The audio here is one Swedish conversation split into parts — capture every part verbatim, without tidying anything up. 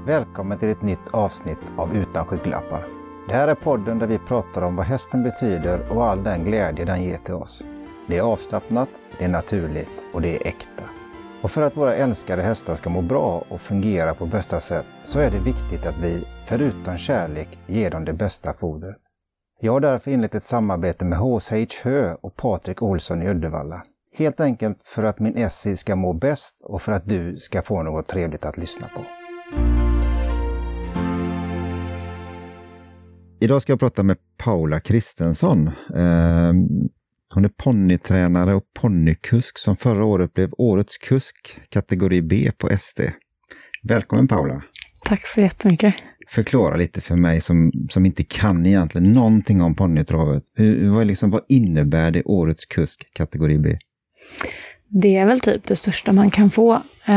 Välkommen till ett nytt avsnitt av Utan skygglappar. Det här är podden där vi pratar om vad hästen betyder och all den glädje den ger till oss. Det är avslappnat, det är naturligt och det är äkta. Och för att våra älskade hästar ska må bra och fungera på bästa sätt så är det viktigt att vi, förutom kärlek, ger dem det bästa fodret. Jag har därför inlett ett samarbete med H C H Hö och Patrik Olsson i Uddevalla. Helt enkelt för att min Essie ska må bäst och för att du ska få något trevligt att lyssna på. Idag ska jag prata med Paula Kristensson. Eh, hon är ponnytränare och ponnykusk som förra året blev årets kusk kategori B på S D. Välkommen Paula. Tack så jättemycket. Förklara lite för mig som, som inte kan egentligen någonting om ponnytravet. Hur, vad, liksom, vad innebär det årets kusk kategori B? Det är väl typ det största man kan få.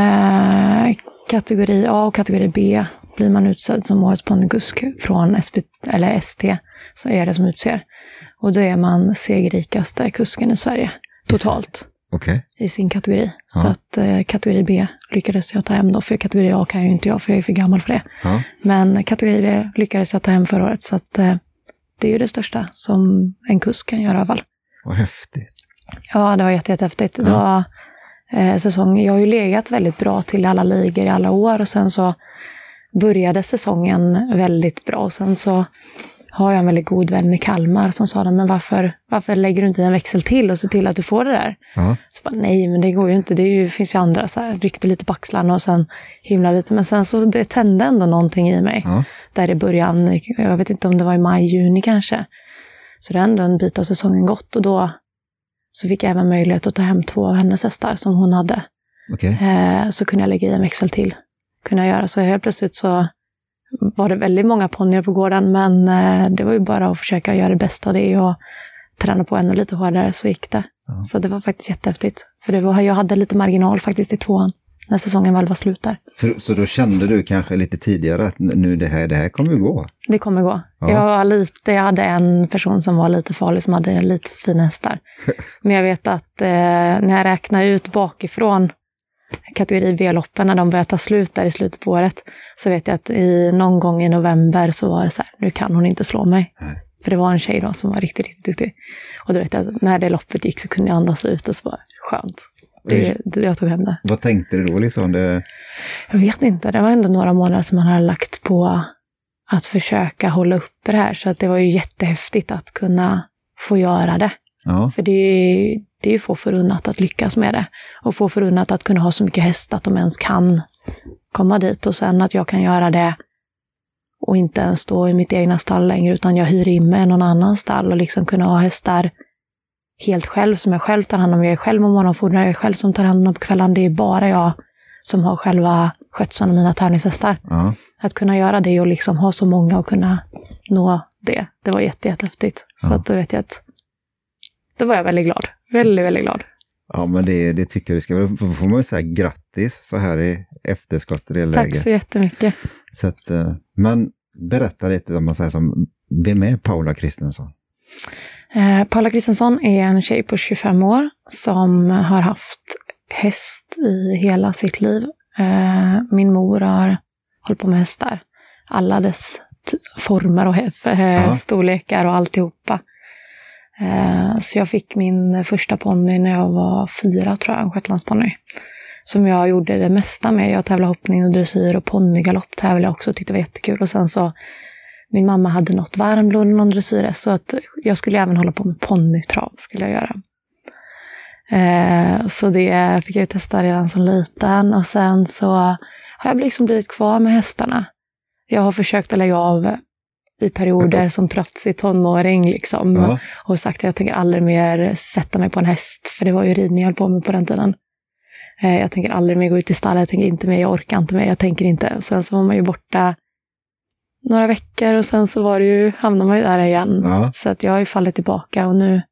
Eh, kategori A och kategori B blir man utsedd som årets ponnykusk från S P, eller S T, så är det som utser. Och då är man segerrikaste kusken i Sverige totalt. Okay. I sin kategori. Ja. Så att eh, kategori B lyckades jag ta hem då. För kategori A kan ju inte jag, för jag är för gammal för det. Ja. Men kategori B lyckades jag ta hem förra året. Så att eh, det är ju det största som en kusk kan göra i alla fall. Vad häftigt. Ja, det var jätte, jättehäftigt. Ja. Det var eh, säsong. Jag har ju legat väldigt bra till alla ligor i alla år. Och sen så började säsongen väldigt bra. Och sen så har jag en väldigt god vän i Kalmar som sa, men varför, varför lägger du inte en växel till och ser till att du får det där? Ja. Så bara, nej, men det går ju inte. Det är ju, finns ju andra, så här, ryckte lite på axlarna och sen himla lite. Men sen så det tände ändå någonting i mig. Ja. Där i början, jag vet inte om det var i maj, juni kanske. Så det är ändå en bit av säsongen gått. Och då så fick jag även möjlighet att ta hem två av hennes hästar som hon hade. Okay. Eh, så kunde jag lägga i en växel till. Kunde jag göra. Så helt plötsligt så var det väldigt många ponnyer på gården, men eh, det var ju bara att försöka göra det bästa av det och träna på ännu lite hårdare, så gick det. Ja. Så det var faktiskt jättehäftigt. För det var, jag hade lite marginal faktiskt i tvåan när säsongen väl var slut där. Så, så då kände du kanske lite tidigare att nu det här, det här kommer gå? Det kommer gå. Ja. Jag var lite, jag hade en person som var lite farlig som hade lite fina hästar. Men jag vet att eh, när jag räknar ut bakifrån kategori B-loppen, när de började ta slut där i slutet på året, så vet jag att i någon gång i november så var det så här, nu kan hon inte slå mig. Nej. För det var en tjej då som var riktigt, riktigt duktig. Och då vet jag att när det loppet gick så kunde jag andas ut och så var det skönt. Det, det, jag tog hem det. Vad tänkte du då liksom? Det... Jag vet inte, det var ändå några månader som man hade lagt på att försöka hålla uppe det här. Så att det var ju jättehäftigt att kunna få göra det. Ja. För det är, det är ju få förunnat att lyckas med det. Och få förunnat att kunna ha så mycket häst att de ens kan komma dit. Och sen att jag kan göra det och inte ens stå i mitt egna stall längre, utan jag hyr in mig någon annan stall och liksom kunna ha hästar helt själv, som jag själv tar hand om. Jag är själv om morgonfodrar, jag är själv som tar hand om på kvällen. Det är bara jag som har själva skötseln av mina tävlingshästar. Ja. Att kunna göra det och liksom ha så många och kunna nå det. Det var jätte, jättehäftigt. Så Ja. att då vet jag att då var jag väldigt glad. Väldigt, väldigt glad. Ja, men det, det tycker jag du ska. Då får man ju säga grattis så här i efterskott i det läget. Tack så jättemycket. Så att, men berätta lite om man säger som, vem är Paula Kristensson? Eh, Paula Kristensson är en tjej på tjugofem år som har haft häst i hela sitt liv. Eh, min mor har hållit på med hästar. Alla dess t- former och he- Ja. storlekar och alltihopa. Eh, så jag fick min första ponny när jag var fyra, tror jag, en shetlandsponny. Som jag gjorde det mesta med. Jag tävlade hoppning och dressyr och ponnygalopp tävlade jag också, tyckte det var jättekul. Och sen så, min mamma hade något varmblod och någon dressyr, så att jag skulle även hålla på med ponnytrav, skulle jag göra. Eh, så det fick jag testa redan som liten. Och sen så har jag liksom blivit kvar med hästarna. Jag har försökt att lägga av i perioder som trotsig tonåring liksom. Ja. Och sagt att jag tänker aldrig mer sätta mig på en häst. För det var ju ridning jag höll på med på den tiden. Eh, jag tänker aldrig mer gå ut i stallet. Jag tänker inte mer, jag orkar inte mer, jag tänker inte. Och sen så var man ju borta några veckor och sen så var det ju, hamnade man ju där igen. Ja. Så att jag har ju fallit tillbaka och nu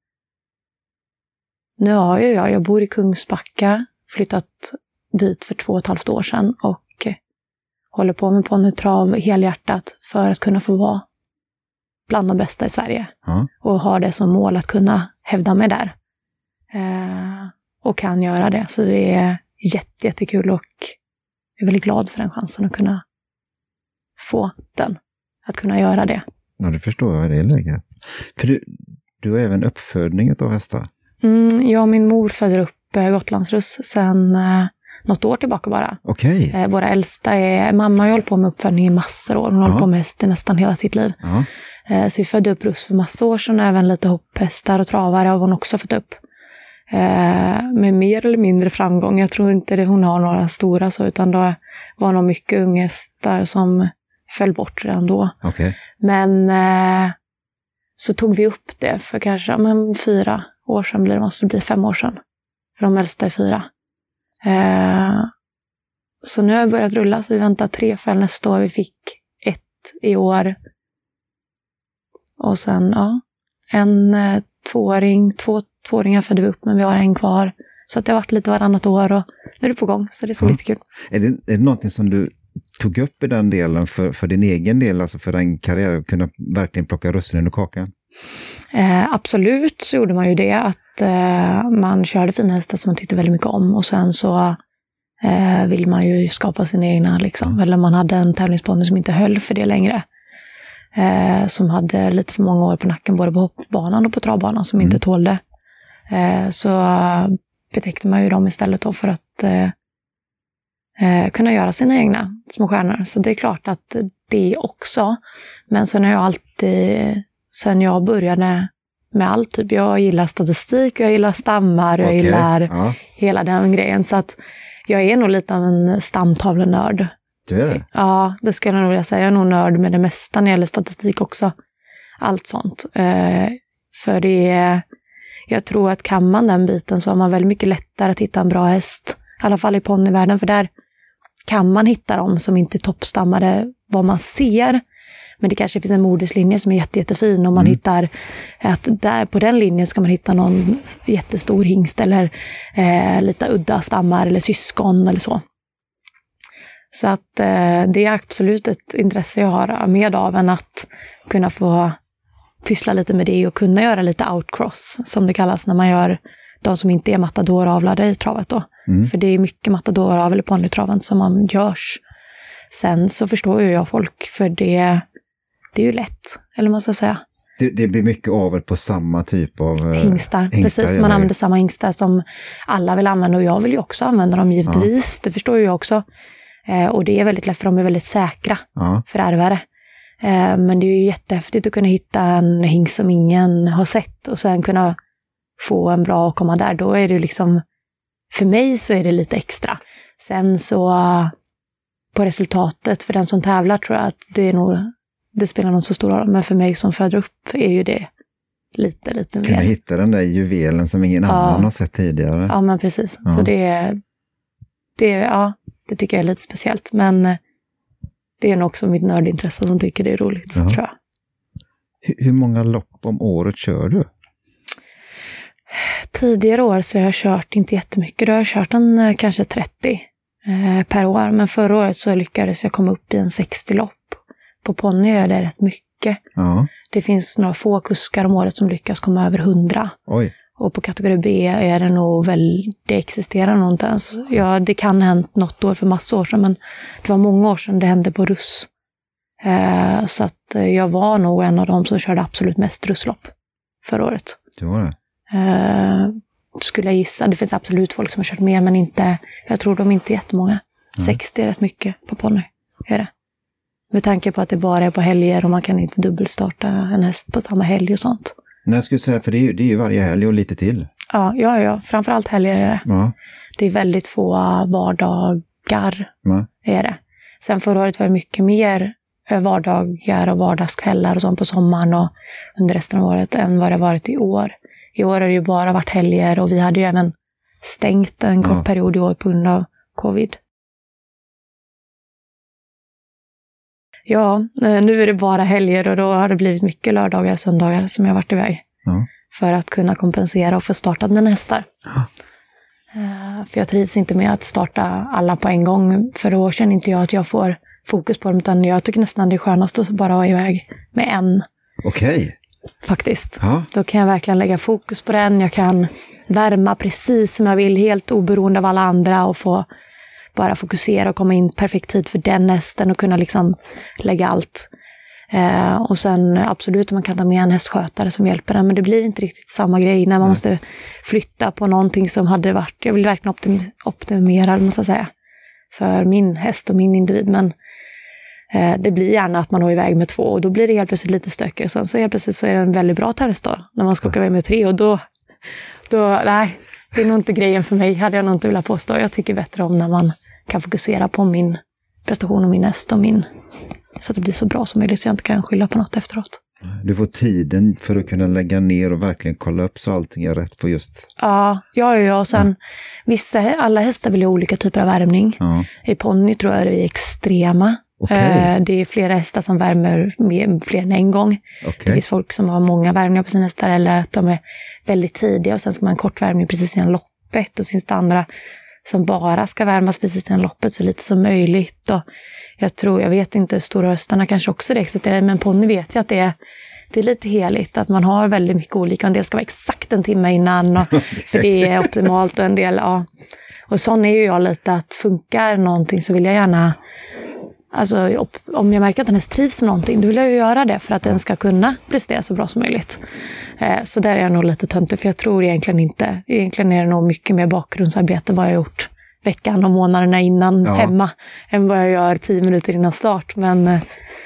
nu har ju jag, jag bor i Kungsbacka, flyttat dit för två och ett halvt år sedan och håller på med ponnytrav helhjärtat för att kunna få vara bland de bästa i Sverige. Ja. Och har det som mål att kunna hävda mig där. Eh, och kan göra det. Så det är jätte, jättekul och jag är väldigt glad för den chansen att kunna få den. Att kunna göra det. Ja, det förstår jag i det läget. För du, du har även uppfödning av hästar. Mm, jag och min mor föder upp eh, Gotlandsruss sedan eh, något år tillbaka bara. Okej. Eh, våra äldsta är, mamma har hållit på med uppfödning i massor år. Hon har Ja. hållit på med häst i nästan hela sitt liv. Ja. Eh, så vi födde upp russ för massor år sedan. Även lite hopphästar och travare har hon också fått upp. Eh, med mer eller mindre framgång. Jag tror inte det hon har några stora så, utan då var nog mycket unghästar som föll bort redan då. Okej. Men eh, så tog vi upp det för kanske men, fyra år sedan, blir det måste bli fem år sedan. För de äldsta är fyra. Eh, så nu har jag börjat rulla, så vi väntar tre för nästa år. Vi fick ett i år. Och sen, ja, en eh, tvååring, två tvååringar födde vi upp, men vi har en kvar. Så att det har varit lite varannat år och nu är det på gång, så det är så Ja. lite kul. Är det, är det någonting som du tog upp i den delen för, för din egen del, alltså för din karriär, att kunna verkligen plocka russinen ur kakan? Eh, absolut så gjorde man ju det, att eh, man körde fina hästar som man tyckte väldigt mycket om, och sen så eh, vill man ju skapa sina egna liksom. Mm. Eller man hade en tävlingsponny som inte höll för det längre. Eh, som hade lite för många år på nacken både på hoppbanan och på travbanan som Mm. inte tålde. Eh, så betecknade man ju dem istället då för att eh, eh, kunna göra sina egna små stjärnor. Så det är klart att det också. Men sen har jag alltid, sen jag började med allt, typ jag gillar statistik, jag gillar stammar, jag Okej. gillar Ja, hela den grejen. Så att jag är nog lite av en stamtavlenörd. du är det. Ja, det skulle jag nog vilja säga. Jag är nog nörd med det mesta när det gäller statistik också. Allt sånt. Eh, för det är, jag tror att kan man den biten så har man väldigt mycket lättare att hitta en bra häst. I alla fall i ponnyvärlden, för där kan man hitta dem som inte är toppstammade vad man ser. Men det kanske finns en moderslinje som är jätte, jättefin och man Mm. hittar att där på den linjen ska man hitta någon jättestor hingst eller eh, lite udda stammar eller syskon eller så. Så att eh, det är absolut ett intresse jag har med av än att kunna få pyssla lite med det och kunna göra lite outcross som det kallas när man gör de som inte är matadoravlade i travet då. Mm. För det är mycket matadoravel i ponnytraven som man görs. Sen så förstår ju jag folk, för det, det är ju lätt, eller vad man ska säga. Det, det blir mycket avel på samma typ av eh, Hingstar, hingstar, precis. ja, Man det- använder samma hingstar som alla vill använda, och jag vill ju också använda dem givetvis. Det förstår ju jag också. Eh, och det är väldigt lätt, för de är väldigt säkra Ja. för ärvare. Eh, men det är ju jättehäftigt att kunna hitta en hingst som ingen har sett och sen kunna få en bra att komma där. Då är det liksom, för mig så är det lite extra. Sen så på resultatet för den som tävlar tror jag att det är nog, det spelar nog så stor roll. Men för mig som föder upp är ju det lite, lite Kunna mer. hitta den där juvelen som ingen Ja. annan har sett tidigare. Ja, men precis. Ja. Så det är, det är, ja, det tycker jag är lite speciellt. Men det är nog också mitt nördintresse som tycker det är roligt, Ja. tror jag. Hur, hur många lopp om året kör du? Tidigare år så har jag kört inte jättemycket. Då har jag kört en eh, kanske trettio eh, per år. Men förra året så lyckades jag komma upp i en sextio lopp. På ponny är det rätt mycket. Ja, Det finns några få kuskar om året som lyckas komma över hundra. oj. Och på kategori B är det nog väl, det existerar nog inte ens. Ja, det kan ha hänt något år för massor år sedan, men det var många år sedan det hände på russ. Eh, så att eh, jag var nog en av dem som körde absolut mest russlopp förra året. Det var det. Eh, skulle jag gissa. Det finns absolut folk som har kört med, men inte, jag tror de inte är jättemånga. Mm. sextio är rätt mycket på ponny, är det. Med tanke på att det bara är på helger och man kan inte dubbelstarta en häst på samma helg och sånt. Nej, jag skulle säga, för det är, ju, det är ju varje helg och lite till. Ja, ja, ja. Framförallt helger är det. Ja, Det är väldigt få vardagar, ja. är det. Sen förra året var det mycket mer vardagar och vardagskvällar och sånt på sommaren och under resten av året än vad det varit i år. I år har det ju bara varit helger och vi hade ju även stängt en kort Ja. period i år på grund av covid. Ja, nu är det bara helger och då har det blivit mycket lördagar och söndagar som jag har varit iväg. Ja. För att kunna kompensera och få starta mina hästar. Ja. Uh, för jag trivs inte med att starta alla på en gång. För då känner inte jag att jag får fokus på dem. Utan jag tycker nästan det är skönast att bara vara iväg med en. Okej. Faktiskt. Ja. Då kan jag verkligen lägga fokus på den. Jag kan värma precis som jag vill. Helt oberoende av alla andra. Och få bara fokusera och komma in perfekt tid för den hästen och kunna liksom lägga allt. Eh, och sen absolut man kan ta med en hästskötare som hjälper den, men det blir inte riktigt samma grej när man mm. måste flytta på någonting som hade varit, jag vill verkligen optim- optimera måste jag säga, för min häst och min individ, men eh, det blir gärna att man har iväg med två och då blir det helt plötsligt lite stökigt och sen så helt plötsligt så är det en väldigt bra tävlingsdag när man ska åka iväg med tre och då, då nej, det är nog inte grejen för mig, hade jag nog inte velat påstå. Jag tycker bättre om när man kan fokusera på min prestation och min häst och min, så att det blir så bra som möjligt så jag inte kan skylla på något efteråt. Du får tiden för att kunna lägga ner och verkligen kolla upp så allting är rätt på just... Ja, ja, ja. Och sen mm. vissa, alla hästar vill ha olika typer av värmning. Ja. I ponny tror jag det är extrema. Okay. Det är flera hästar som värmer med fler än en gång. Okay. Det finns folk som har många värmningar på sina hästar eller att de är väldigt tidiga och sen ska man ha en kort värmning precis innan loppet och finns det andra som bara ska värmas precis innan loppet så lite som möjligt. Och jag tror, jag vet inte, stora hästarna kanske också det existerar, men ponny vet jag att det är, det är lite heligt att man har väldigt mycket olika. En del ska vara exakt en timme innan och, för det är optimalt och en del, ja. Och sån är ju jag lite att funkar någonting så vill jag gärna, alltså om jag märker att den här trivs med någonting, då vill jag ju göra det för att den ska kunna prestera så bra som möjligt. Eh, så där är jag nog lite töntig för jag tror egentligen inte, egentligen är det nog mycket mer bakgrundsarbete vad jag har gjort veckan och månaderna innan ja. hemma än vad jag gör tio minuter innan start. Men eh,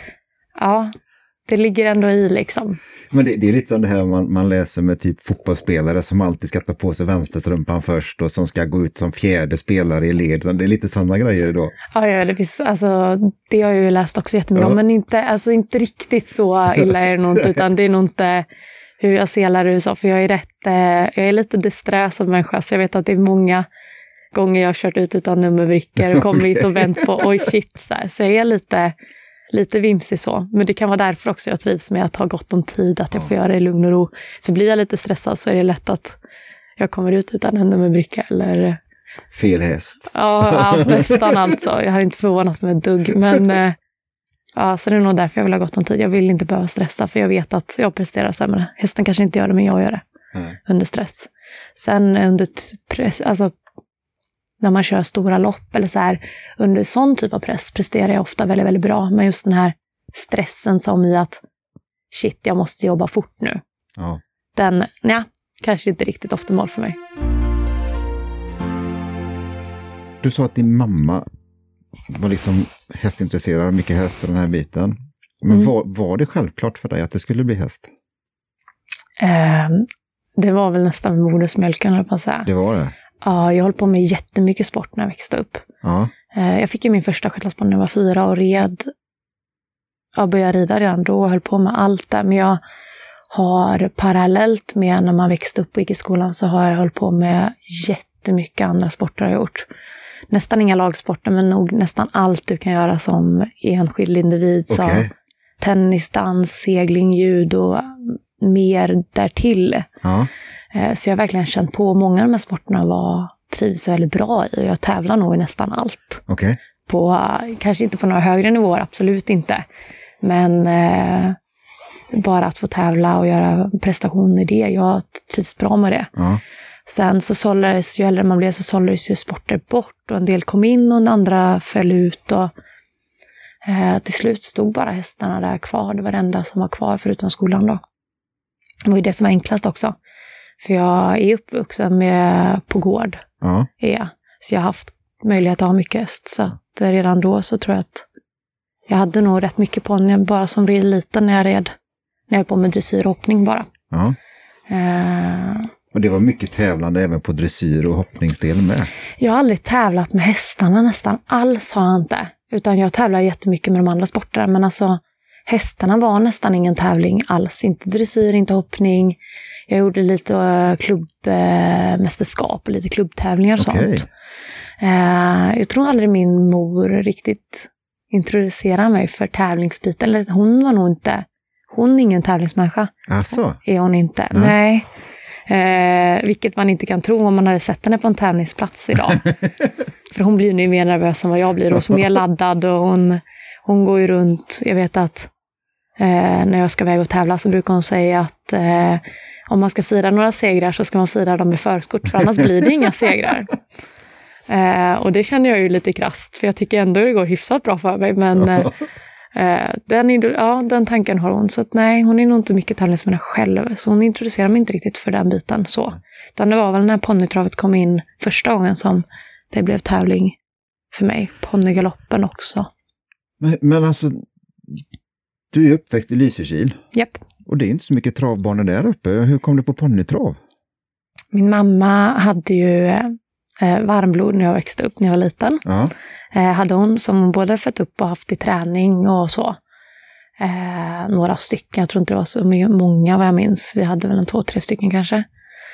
ja, det ligger ändå i liksom. Men det, det är lite så det här man, man läser med typ fotbollsspelare som alltid ska ta på sig vänstertrumpan först och som ska gå ut som fjärde spelare i led. Det är lite sådana grejer då. Ja, ja det, finns, alltså, det har jag ju läst också jättemycket ja. om, men inte, alltså, inte riktigt så illa är det nog inte, utan det är nog inte hur jag selar U S A, för jag är rätt, eh, jag är lite disträ som människa, så jag vet att det är många gånger jag har kört ut utan nummerbrickor och kommit hit och vänt på, oj shit, så, här. Så jag är lite... Lite vimsig så, men det kan vara därför också jag trivs med att ha gott om tid, att jag får göra det i lugn och ro. För blir jag lite stressad så är det lätt att jag kommer ut utan en nummerbricka eller... Fel häst. Ja, ja nästan alltså. Jag har inte förvånat mig ett dugg, men eh, ja, så det är nog därför jag vill ha gott om tid. Jag vill inte behöva stressa för jag vet att jag presterar sämre. Hästen kanske inte gör det, men jag gör det mm. under stress. Sen under press, alltså när man kör stora lopp eller så här, under sån typ av press presterar jag ofta väldigt, väldigt bra. Men just den här stressen som i att shit, jag måste jobba fort nu. Ja. Den, nej, kanske inte riktigt optimal för mig. Du sa att din mamma var liksom hästintresserad, mycket häst och den här biten. Men mm. var, var det självklart för dig att det skulle bli häst? Eh, det var väl nästan modersmjölken, eller på att säga. Det var det? Ja, jag höll på med jättemycket sport när jag växte upp. Ja. Jag fick ju min första shetlandsponny när jag var fyra och red. Jag började rida redan då och höll på med allt där. Men jag har parallellt med när man växte upp och gick i skolan så har jag hållit på med jättemycket andra sporter jag har gjort. Nästan inga lagsporter, men nog nästan allt du kan göra som enskild individ. Okay. Så tennis, dans, segling, judo, mer därtill. Ja. Så jag har verkligen känt på många av de här sporterna var trivs väldigt bra i. Jag tävlar nog i nästan allt. Okay. På, kanske inte på några högre nivåer, absolut inte. Men eh, bara att få tävla och göra prestation i det. Jag trivs bra med det. Ja. Sen så sållades, ju äldre man blev så sållades ju sporter bort. Och en del kom in och andra föll ut. Och eh, till slut stod bara hästarna där kvar. Det var det enda som var kvar förutom skolan då. Det var ju det som var enklast också. För jag är uppvuxen med på gård. Ja. Ja. Så jag har haft möjlighet att ha mycket häst. Så att redan då så tror jag att jag hade nog rätt mycket ponny bara som red liten när jag red. När jag höll på med dressyr och hoppning bara. Ja. Uh, och det var mycket tävlande även på dressyr och hoppningsdelen med? Jag har aldrig tävlat med hästarna nästan alls har jag inte. Utan jag tävlar jättemycket med de andra sporterna. Men alltså hästarna var nästan ingen tävling alls. Inte dressyr, inte hoppning. Jag gjorde lite klubbmästerskap och lite klubbtävlingar och okay. sånt. Uh, jag tror aldrig min mor riktigt introducerade mig för tävlingsbiten. Eller hon var nog inte, hon är ingen tävlingsmänniska. Alltså. Är hon inte, ja. Nej. Uh, vilket man inte kan tro om man hade sett henne på en tävlingsplats idag. För hon blir nu mer nervös än vad jag blir. Och så mer laddad och hon, hon går ju runt. Jag vet att uh, när jag ska väga och tävla så brukar hon säga att uh, om man ska fira några segrar så ska man fira dem med förskott, för annars blir det inga segrar. Eh, och det känner jag ju lite krasst, för jag tycker ändå det går hyfsat bra för mig. Men eh, eh, den, ja, den tanken har hon. Så att, nej, hon är nog inte mycket tävlingsmänniska själv. Så hon introducerar mig inte riktigt för den biten. Så. Utan det var väl när ponnytravet kom in första gången som det blev tävling för mig. Ponnygaloppen också. Men, men alltså, du är uppväxt i Lysekil. Japp. Och det är inte så mycket travbanor där uppe. Hur kom du på ponnytrav? Min mamma hade ju eh, varmblod när jag växte upp, när jag var liten. Ja. Eh, hade hon som hon både fött upp och haft i träning och så. Eh, några stycken, jag tror inte det var så många vad jag minns. Vi hade väl en två, tre stycken kanske.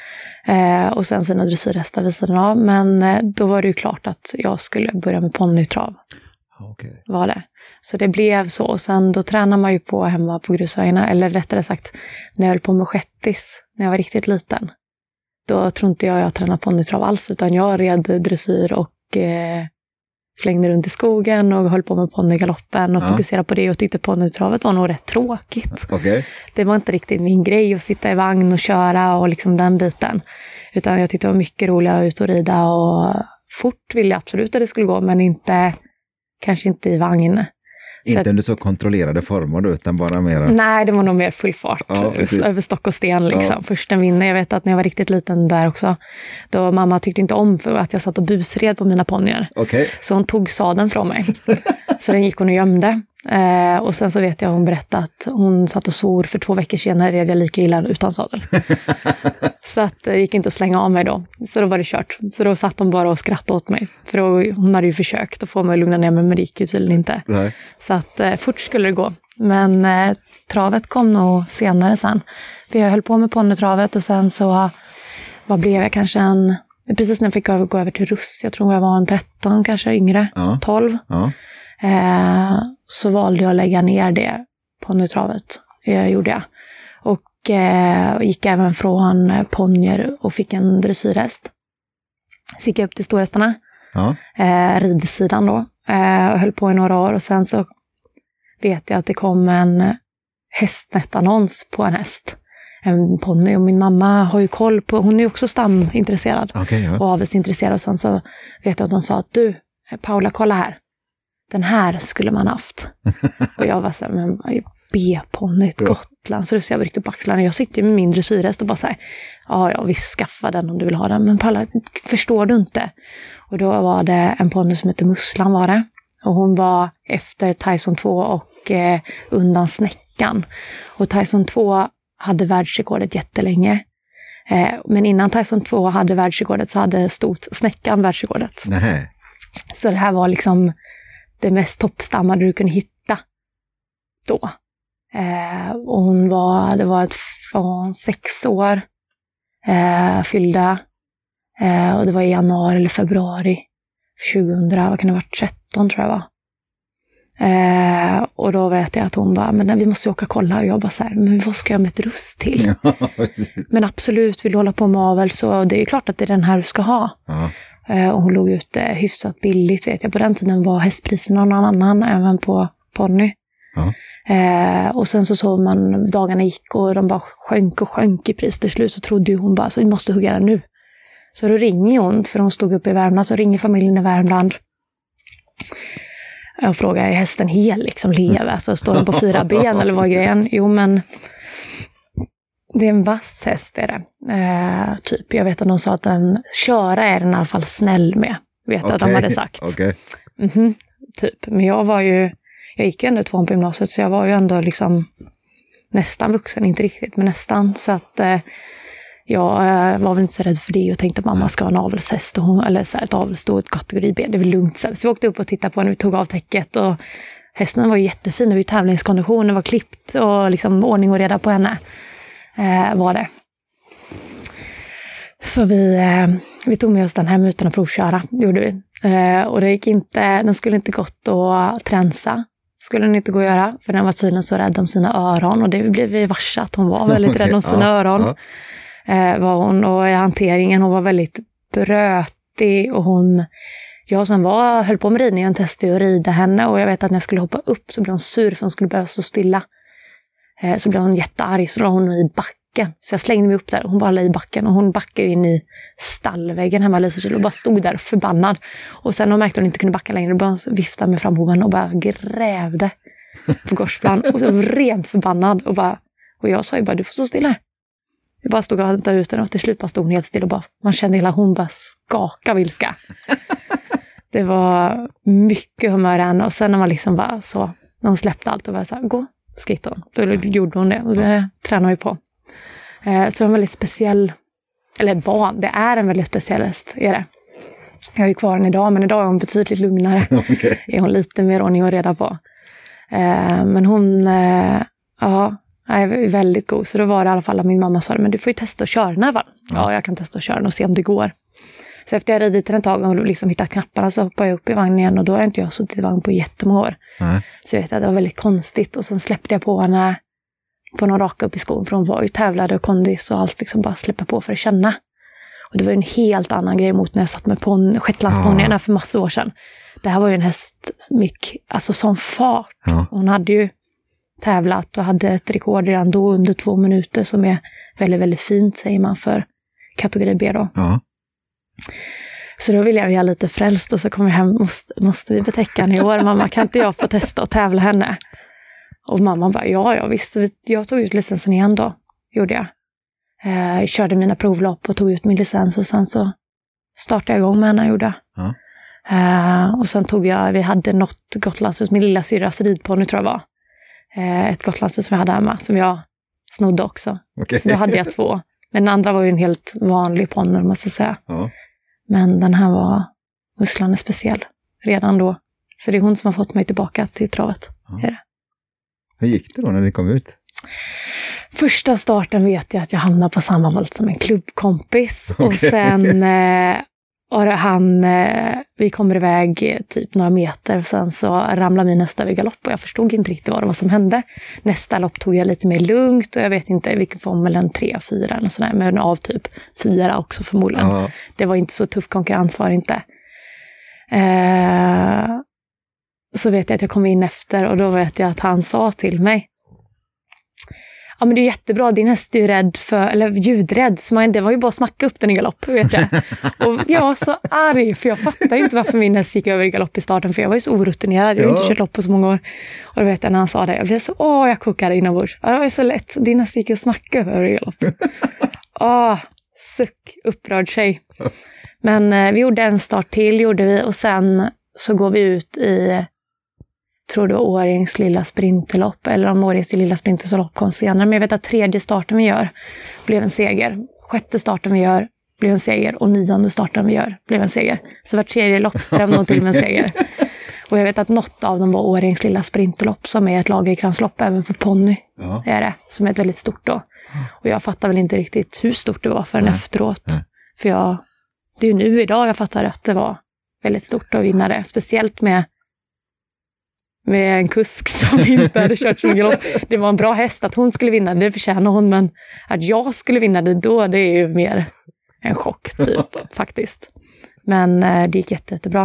Eh, och sen sina dressyrhästar vid sidan av. Men eh, då var det ju klart att jag skulle börja med ponnytrav. Okay. Var det. Så det blev så. Och sen då tränar man ju på hemma på grusvägarna. Eller rättare sagt, när jag höll på med shettis, när jag var riktigt liten. Då tror inte jag jag tränade ponnytrav alls. Utan jag red dressyr och eh, flängde runt i skogen och höll på med ponnygaloppen och ja. fokuserade på det. Och tyckte ponnytravet var nog rätt tråkigt. Okay. Det var inte riktigt min grej att sitta i vagn och köra och liksom den biten. Utan jag tyckte det var mycket roligare att ut och rida. Och fort ville jag absolut att det skulle gå, men inte... Kanske inte i vagn. Inte att, under så kontrollerade former då, utan bara mera... Nej, det var nog mer full fart. Ja, över stock och sten liksom. Ja. Först en vinner. Jag vet att när jag var riktigt liten där också. Då mamma tyckte inte om för att jag satt och busred på mina ponnyer. Okay. Så hon tog sadeln från mig. Så den gick hon och gömde. Eh, och sen så vet jag hon berättade att hon satt och svor för två veckor senare red jag lika illa utan sadel. Så att det gick inte att slänga av mig då. Så då var det kört. Så då satt hon bara och skrattade åt mig. För då, hon hade ju försökt att få mig att lugna ner mig, men det gick ju tydligen inte. Nej. Så att eh, fort skulle det gå. Men eh, travet kom nog senare sen. För jag höll på med ponnytravet och sen så vad blev jag kanske en... Precis när jag fick gå över till russ. Jag tror jag var en tretton, kanske yngre. Ja. tolv. Ja. Eh, så valde jag att lägga ner det ponnytravet. Det gjorde jag. Och eh, gick även från ponnyer och fick en dressyrhäst. Så gick jag upp till storhästarna. Ja. Eh, ridsidan då. Eh, och höll på i några år. Och sen så vet jag att det kom en hästnättannons på en häst. En ponny. Och min mamma har ju koll på... Hon är ju också stamintresserad. Okay, ja. Och avelsintresserad. Och sen så vet jag att de sa att du, Paula, kolla här. Den här skulle man haft. Och jag var så här, men B-ponny, ja. Gotland. Så jag var riktigt på axlarna. Jag sitter ju med min dressyrhäst och bara så här, ja, ja, visst, skaffa den om du vill ha den. Men Paula, förstår du inte? Och då var det en ponny som heter Musslan var det. Och hon var efter Tyson två och eh, undan Snäckan. Och Tyson två hade världsrekordet jättelänge. Eh, men innan Tyson två hade världsrekordet så hade stort Snäckan världsrekordet. Nej. Så det här var liksom det mest toppstammade du kunde hitta då. Eh, och hon var, det var ett från sex år eh, fyllda. Eh, och det var i januari eller februari tjugohundra, vad kan det ha varit, tretton tror jag var. Eh, och då vet jag att hon bara, men vi måste ju åka och kolla. Och jag bara så här, men vad ska jag med ett russ till? Men absolut, vill du hålla på med avel så det är klart att det är den här du ska ha. Ja. Eh, och hon låg ute hyfsat billigt vet jag. På den tiden var hästpriserna någon annan även på ponny. Ja. Eh, och sen så såg man dagarna gick och de bara sjönk och sjönk i pris. Till slut så trodde ju hon bara, så vi måste hugga den nu. Så då ringer hon, för hon stod uppe i Värmland, så ringer familjen i Värmland. Jag frågar, är hästen hel liksom, lever? Så står den på fyra ben eller vad är grejen? Jo, men det är en vass häst är det. Eh, typ, jag vet att de sa att den köra är den i alla fall snäll med. Vet okay. att de hade sagt. Okay. Mm-hmm, typ, men jag var ju, jag gick ju ändå tvåan på gymnasiet så jag var ju ändå liksom nästan vuxen, inte riktigt, men nästan. Så att eh, jag eh, var väl inte så rädd för det och tänkte att mamma ska ha en avelshäst och hon, eller så här, ett avelsstå, kategori B, det är väl lugnt. Så vi åkte upp och tittade på när vi tog av täcket och hästen var ju jättefin, det var ju tävlingskondition, det var klippt och liksom ordning och reda på henne eh, var det. Så vi, eh, vi tog med oss den här utan att provköra, gjorde vi. Eh, och det gick inte, den skulle inte gått att tränsa. Skulle den inte gå att göra, för den var tydligen så rädd om sina öron. Och det blev vi varse att hon var väldigt okay, rädd om sina ja, öron. Ja. Eh, var hon, och i hanteringen, hon var väldigt brötig. Och hon, jag som var, höll på med ridningen, testade att rida henne. Och jag vet att när jag skulle hoppa upp så blev hon sur för hon skulle behöva stå stilla. Eh, så blev hon jättearg, så la hon i backen backen. Så jag slängde mig upp där och hon bara lade i backen. Och hon backade in i stallväggen hemma i Lysekil och bara stod där förbannad. Och sen hon märkte hon inte kunde backa längre. Då började hon vifta med framhoven och bara grävde på gårdsplan. Och så var rent förbannad. Och, bara, och jag sa ju bara, du får stå still här. Jag bara stod och hämtade ut den och till slut bara stod hon helt still. Och bara, man kände hela hon bara skaka av ilska. Det var mycket humör i henne. Och sen när man liksom bara så, när hon släppte allt och var så här, gå, skittade hon. Då gjorde hon det och det tränar vi på. Eh, så det var en väldigt speciell, eller var, det är en väldigt speciell häst, är det. Jag är ju kvar den idag, men idag är hon betydligt lugnare. Okay. Är hon lite mer ordning och reda på. Eh, men hon, eh, ja, är väldigt god. Så då var det i alla fall att min mamma sa, men du får ju testa att köra den här va? Ja, ja jag kan testa att köra den och se om det går. Så efter jag ridit en tag och liksom hittat knapparna så hoppade jag upp i vagnen igen och då har inte jag suttit i vagn på jättemånga år. Mm. Så jag vet att det var väldigt konstigt och sen släppte jag på henne på någon raka upp i skogen för hon var ju tävlade och kondis och allt liksom bara släppa på för att känna. Och det var ju en helt annan grej mot när jag satt med på shetlandsponnyerna för massa år sedan. Det här var ju en häst mycket, alltså som fart. Mm. Hon hade ju tävlat och hade ett rekord redan då under två minuter som är väldigt, väldigt fint säger man för kategori B då. Mm. Så då vill jag göra lite frälst och så kommer jag hem, måste, måste vi betäcka henne i år? Mamma, kan inte jag få testa och tävla henne? Och mamma bara, ja, ja visst. Jag tog ut licensen igen då, gjorde jag. Eh, körde mina provlopp och tog ut min licens och sen så startade jag igång med henne, gjorde jag. Mm. Eh, och sen tog jag, vi hade något Gotlandsrus, min lilla syrras ridponny tror jag var. Eh, ett Gotlandsrus som jag hade hemma, som jag snodde också. Okay. Så då hade jag två. Men den andra var ju en helt vanlig ponny, om man ska säga. Mm. Men den här var, musklan är speciell redan då. Så det är hon som har fått mig tillbaka till travet. Mm. Är det. Hur gick det då när ni kom ut? Första starten vet jag att jag hamnade på samma volt som en klubbkompis. Okay. Och sen eh, och han, eh, vi kommer iväg typ några meter och sen så ramlade min nästa över galopp och jag förstod inte riktigt vad det var som hände. Nästa lopp tog jag lite mer lugnt och jag vet inte vilken form, eller en tre, fyra eller sådär, men av typ fyra också förmodligen. Ja. Det var inte så tuff konkurrens var det inte. Eh, så vet jag att jag kom in efter och då vet jag att han sa till mig, ja men det är jättebra, din häst är ju rädd för, eller ljudrädd, så man, det var ju bara att smacka upp den i galopp, vet jag. Och jag var så arg, för jag fattade inte varför min häst gick över i galopp i starten, för jag var ju så orutinerad, jag har ja. inte kört lopp på så många år. Och då vet jag när han sa det, jag blev så, åh jag kokade inombords. Ja, det var ju så lätt, din häst gick ju att smacka över i galopp. Åh, suck, upprörd tjej. Men eh, vi gjorde en start till, gjorde vi, och sen så går vi ut i, tror det var Årjängs lilla sprinterlopp, eller om Årjängs lilla sprinterlopp kom senare, men jag vet att tredje starten vi gör blev en seger, sjätte starten vi gör blev en seger och nionde starten vi gör blev en seger. Så var tredje lopp strävde de till med en seger. Och jag vet att något av dem var Årjängs lilla sprinterlopp som är ett lagerkranslopp även för ponny, ja. är det, som är ett väldigt stort då. Och jag fattar väl inte riktigt hur stort det var förrän Nej. efteråt. Nej. För jag, det är ju nu idag jag fattar att det var väldigt stort att vinna det, speciellt med med en kusk som inte hade kört så mycket lopp. Det var en bra häst att hon skulle vinna, det förtjänar hon, men att jag skulle vinna det då, det är ju mer en chock typ, faktiskt. Men eh, det gick jätte, jättebra.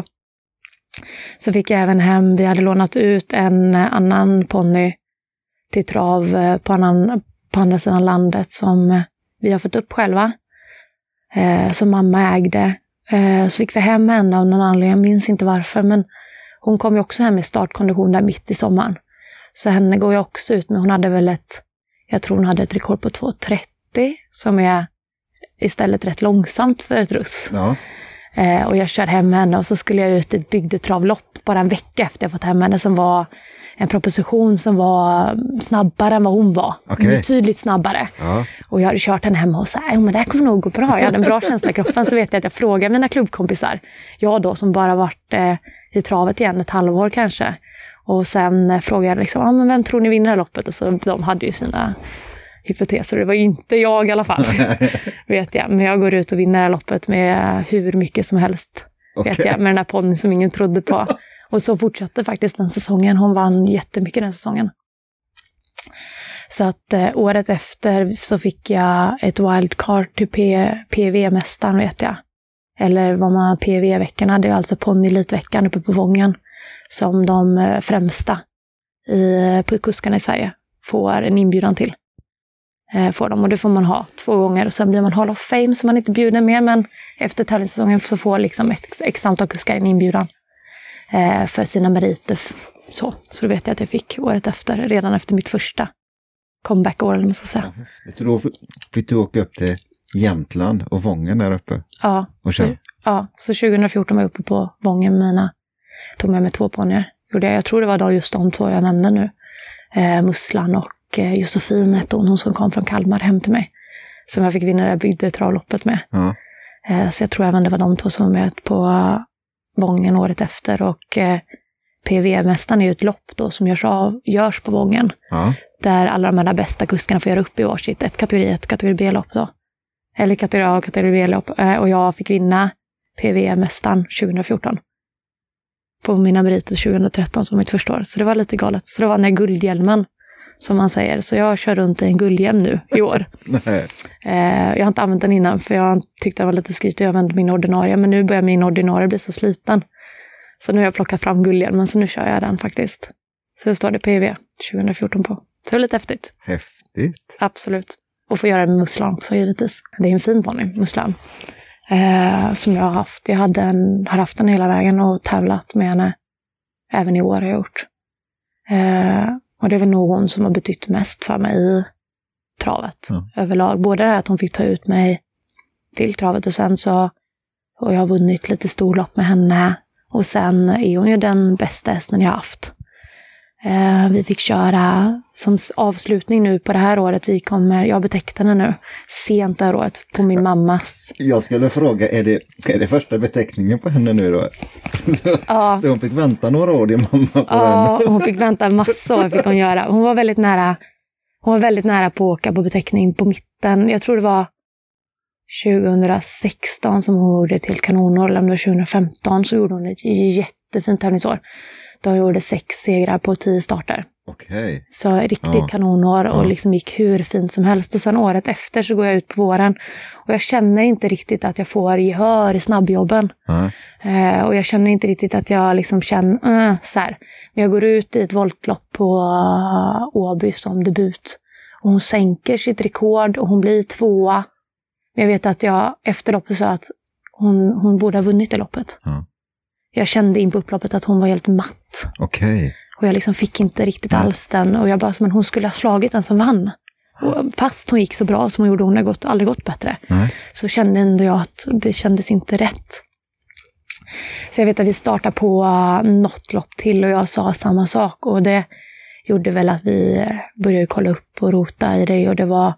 Så fick jag även hem, vi hade lånat ut en annan ponny till trav eh, på, annan, på andra sidan landet som vi har fått upp själva. Eh, som mamma ägde. Eh, så fick vi hem henne av någon anledning, jag minns inte varför, men hon kom ju också hem i startkondition där mitt i sommaren. Så henne går jag också ut med. Hon hade väl ett, jag tror hon hade ett rekord på två trettio som är istället rätt långsamt för ett russ. Ja. Eh, och jag körde hem henne och så skulle jag ut i ett bygdetravlopp bara en vecka efter jag fått hem henne som var en proposition som var snabbare än vad hon var. Okay. Betydligt snabbare. Ja. Och jag hade kört henne hemma och sa, men det här kommer nog gå bra. Jag hade en bra känsla i kroppen, så vet jag att jag frågade mina klubbkompisar. Jag då som bara varit eh, i travet igen ett halvår kanske. Och sen eh, frågade jag liksom, ah, men vem tror ni vinner det här loppet? Och så de hade ju sina hypoteser. Det var ju inte jag i alla fall, vet jag. Men jag går ut och vinner det här loppet med hur mycket som helst. Okay. Vet jag, med den här ponnyn som ingen trodde på. Och så fortsatte faktiskt den säsongen. Hon vann jättemycket den säsongen. Så att eh, året efter så fick jag ett wildcard till P- PV-mästaren, vet jag. Eller vad man P V-veckorna, det är alltså ponnyelitveckan uppe på Vången. Som de eh, främsta i, på kuskarna i Sverige får en inbjudan till. eh, får de. Och det får man ha två gånger. Och sen blir man Hall of Fame så man inte bjuder mer. Men efter tävlingssäsongen så får liksom ett x antal kuskar en inbjudan eh, för sina meriter. Så, så då vet jag att jag fick året efter, redan efter mitt första comeback-år, eller man ska säga. Ja, då fick du åka upp till Jämtland och Vången där uppe. Ja, och så, ja, så tjugo fjorton var jag uppe på Vången med mina, tog med mig två ponnyer. Gjorde jag. jag tror det var då just de två jag nämnde nu. Eh, Musslan och eh, Josefin hette hon, hon som kom från Kalmar hem till mig. Som jag fick vinna det här bygdetravloppet med. Ja. Eh, så jag tror även det var de två som var med på uh, Vången året efter. Och eh, P V-mästaren är ju ett lopp då som görs, av, görs på Vången. Ja. Där alla de här bästa kuskarna får göra upp i varsitt. Ett kategori, ett kategori B-lopp då. Eller kategori A och kategori B-lopp. Och jag fick vinna P V-mästaren tjugo fjorton. På mina meriter tjugo tretton som mitt första år. Så det var lite galet. Så det var den här guldhjälmen som man säger. Så jag kör runt i en guldhjälm nu i år. Nej. Jag har inte använt den innan för jag tyckte den var lite skryt. Jag använde min ordinarie. Men nu börjar min ordinarie bli så sliten. Så nu har jag plockat fram guldhjälmen. Så nu kör jag den faktiskt. Så det står det P V tjugo fjorton på. Så det är lite häftigt. Häftigt. Absolut. Och få göra det med Musslan också givetvis. Det är en fin ponny, Musslan. Eh, som jag har haft. Jag hade en, har haft den hela vägen och tävlat med henne. Även i år har jag gjort. Eh, och det är väl nog hon som har betytt mest för mig i travet. Mm. Överlag. Både det här att hon fick ta ut mig till travet och sen så och jag har vunnit lite storlopp med henne. Och sen är hon ju den bästa hästen jag har haft. Eh, vi fick köra som avslutning nu på det här året. Vi kommer, jag betäckte henne nu sent det här året på min mammas. Jag skulle fråga, är det, är det första beteckningen på henne nu då? Så, ja. Så hon fick vänta några år, din mamma på ja, henne. Hon fick vänta massor fick hon göra. Hon var väldigt nära hon var väldigt nära på att åka på beteckning på mitten. Jag tror det var tjugo sexton som hon gjorde till kanonår. Eller om det var tjugo femton så gjorde hon ett jättefint tävlingsår. De gjorde sex segrar på tio starter. Okay. Så riktigt ja. kanonår och ja. liksom gick hur fint som helst. Och sen året efter så går jag ut på våren. Och jag känner inte riktigt att jag får gehör i snabbjobben. Ja. Eh, och jag känner inte riktigt att jag liksom känner uh, så här. Men jag går ut i ett voltlopp på uh, Åby som debut. Och hon sänker sitt rekord och hon blir tvåa. Men jag vet att jag efter loppet sa att hon, hon borde ha vunnit det loppet. Ja. Jag kände in på upploppet att hon var helt matt. Okej. Okay. Och jag liksom fick inte riktigt Nej. alls den. Och jag bara, men hon skulle ha slagit den som vann. Och fast hon gick så bra som hon gjorde, hon har gått, aldrig gått bättre. Nej. Så kände ändå jag att det kändes inte rätt. Så jag vet att vi startade på något lopp till och jag sa samma sak. Och det gjorde väl att vi började kolla upp och rota i det. Och det var...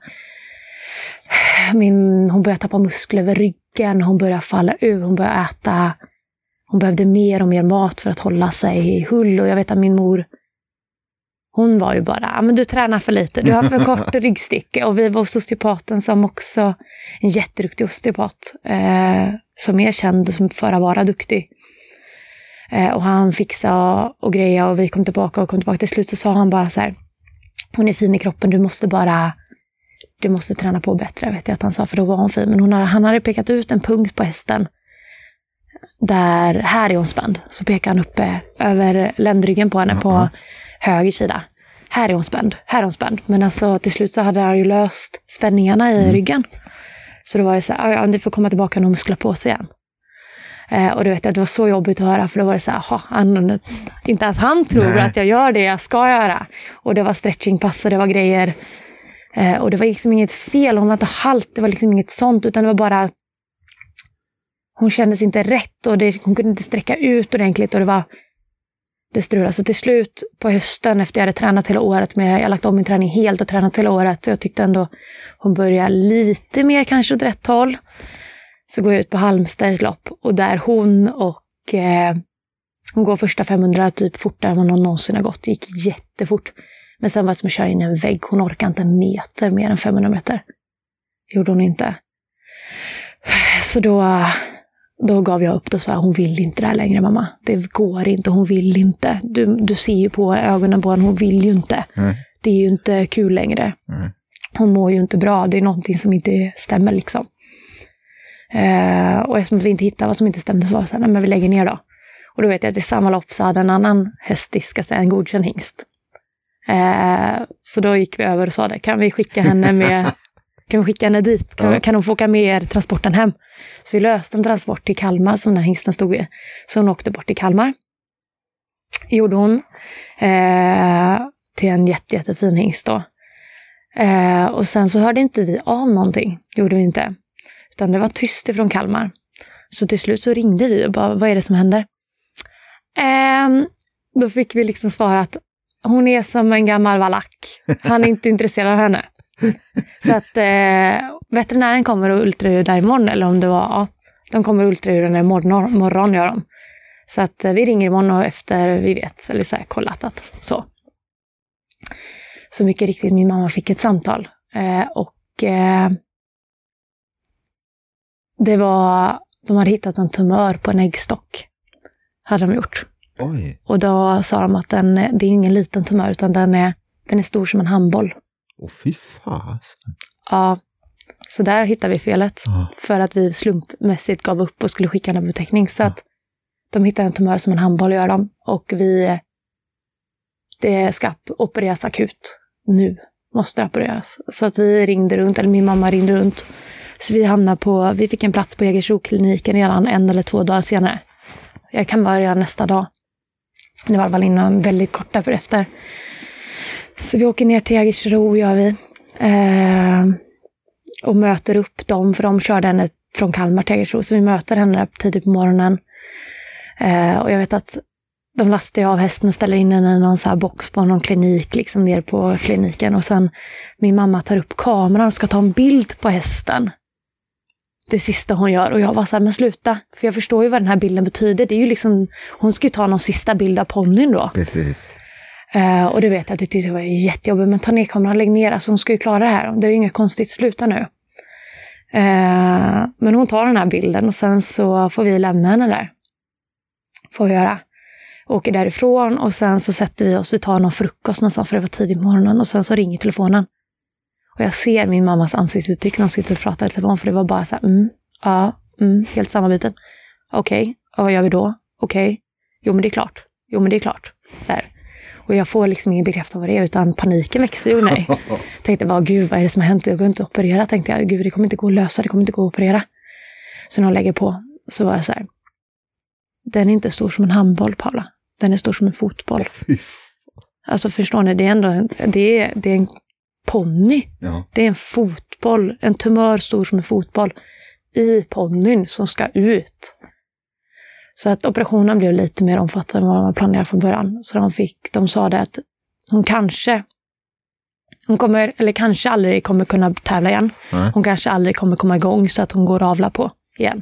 Min, hon började tappa muskler över ryggen. Hon började falla ur. Hon började äta... Hon behövde mer och mer mat för att hålla sig i hull. Och jag vet att min mor, hon var ju bara, men du tränar för lite. Du har för kort ryggstick. Och vi var hos osteopaten som också, en jätteduktig osteopat. Eh, som är känd som för att vara duktig. Eh, och han fixade och grejer och vi kom tillbaka och kom tillbaka. Till slut så sa han bara så här, hon är fin i kroppen, du måste bara, du måste träna på bättre. Vet jag att han sa, för då var hon fin. Men hon hade, han hade pekat ut en punkt på hästen. Där, här är hon spänd. Så pekar han uppe över ländryggen på henne uh-huh. på höger sida. Här är hon spänd, här är hon spänd. Men alltså till slut så hade han ju löst spänningarna i mm. ryggen. Så då var det så här, ja, du får komma tillbaka och muskla på sig igen. Eh, och det vet jag, det var så jobbigt att höra. För då var det så här, aha, han, inte ens han tror Nej. att jag gör det jag ska göra. Och det var stretchingpass och det var grejer. Eh, och det var liksom inget fel, hon var inte halt, det var liksom inget sånt. Utan det var bara... Hon kändes inte rätt och det, hon kunde inte sträcka ut ordentligt och det var det strulade. Så till slut på hösten efter jag hade tränat hela året med, jag hade lagt om min träning helt och tränat hela året och jag tyckte ändå hon började lite mer kanske åt rätt håll. Så går jag ut på Halmstad ett lopp och där hon och eh, hon går första femhundra typ fortare än vad någon någonsin har gått. Det gick jättefort. Men sen var det som att köra in i en vägg. Hon orkade inte en meter mer än femhundra meter. Gjorde hon inte. Så då... Då gav jag upp och sa, hon vill inte det här längre mamma. Det går inte, hon vill inte. Du, du ser ju på ögonen på henne, hon vill ju inte. Mm. Det är ju inte kul längre. Mm. Hon mår ju inte bra, det är någonting som inte stämmer liksom. Uh, och eftersom vi inte hittade vad som inte stämde så var det så här, nej men vi lägger ner då. Och då vet jag att i samma lopp så hade en annan häst diskat sig, en godkänd hingst. Eh, så då gick vi över och sa det. Kan vi skicka henne med... Kan vi skicka henne dit? Kan, ja. kan hon få åka med er transporten hem? Så vi löste en transport till Kalmar som den hingsten stod vid. Så hon åkte bort till Kalmar. Gjorde hon. Eh, till en jätte, jättefin hingst då. Eh, och sen så hörde inte vi av någonting. Gjorde vi inte. Utan det var tyst ifrån Kalmar. Så till slut så ringde vi och bara, vad är det som händer? Eh, då fick vi liksom svara att hon är som en gammal valack. Han är inte intresserad av henne. Så att eh, veterinären kommer och ultraljuda imorgon. Eller om det var, ja, de kommer och ultraljuda imorgon, morgon gör de. Så att eh, vi ringer imorgon och efter vi vet, eller så här, kollat att så. Så mycket riktigt, min mamma fick ett samtal. Eh, och eh, det var, de hade hittat en tumör på en äggstock. Hade de gjort. Oj. Och då sa de att den, det är ingen liten tumör utan den är, den är stor som en handboll. Åh fy fan. Ja, så där hittade vi felet. Ja. För att vi slumpmässigt gav upp och skulle skicka en beteckning. Så Ja. att de hittade en tumör som en handboll gör dem. Och vi, det ska opereras akut. Nu måste det opereras. Så att vi ringde runt, eller min mamma ringde runt. Så vi hamnade på, vi fick en plats på Jägersro-kliniken redan en eller två dagar senare. Jag kan börja nästa dag. Det var i alla fall innan väldigt kort därför efter. Så vi åker ner till Jägersro, gör vi. Eh, och möter upp dem, för de körde henne från Kalmar till Jägersro. Så vi möter henne tidigt på morgonen. Eh, och jag vet att de lastar av hästen och ställer in henne i någon så här box på någon klinik, liksom ner på kliniken. Och sen min mamma tar upp kameran och ska ta en bild på hästen. Det sista hon gör. Och jag var så här, men sluta. För jag förstår ju vad den här bilden betyder. Det är ju liksom, hon ska ju ta någon sista bild av ponnyn då. Precis. Uh, och det vet jag att det tyckte jag var jättejobbigt. Men ta ner kameran, lägg ner. Alltså hon ska ju klara det här. Det är ju inget konstigt, sluta nu. Uh, men hon tar den här bilden och sen så får vi lämna henne där. Får vi göra. Åker därifrån och sen så sätter vi oss, vi tar någon frukost någonstans för det var tidigt på morgonen. Och sen så ringer telefonen. Och jag ser min mammas ansiktsuttryck när hon sitter och pratar i telefon. För det var bara så här, mm, ja, mm, helt samma biten. Okej, okay, vad gör vi då? Okej, okay. Jo men det är klart. Jo men det är klart. Så här. Och jag får liksom ingen bekräftelse vad det är, utan paniken växer ju mig. Tänkte bara, gud vad är det som har hänt? Jag går inte att operera. Tänkte jag, gud det kommer inte gå att lösa, det kommer inte gå att operera. Så när jag lägger på så var jag så här, den är inte stor som en handboll, Paula. Den är stor som en fotboll. Alltså förstår ni, det är ändå, det är, det är en ponny. Ja. Det är en fotboll, en tumör stor som en fotboll i ponnyn som ska ut. Så att operationen blev lite mer omfattande än vad man planerade från början. Så de fick, de sa det att hon kanske, hon kommer, eller kanske aldrig kommer kunna tävla igen. Mm. Hon kanske aldrig kommer komma igång så att hon går och avla på igen.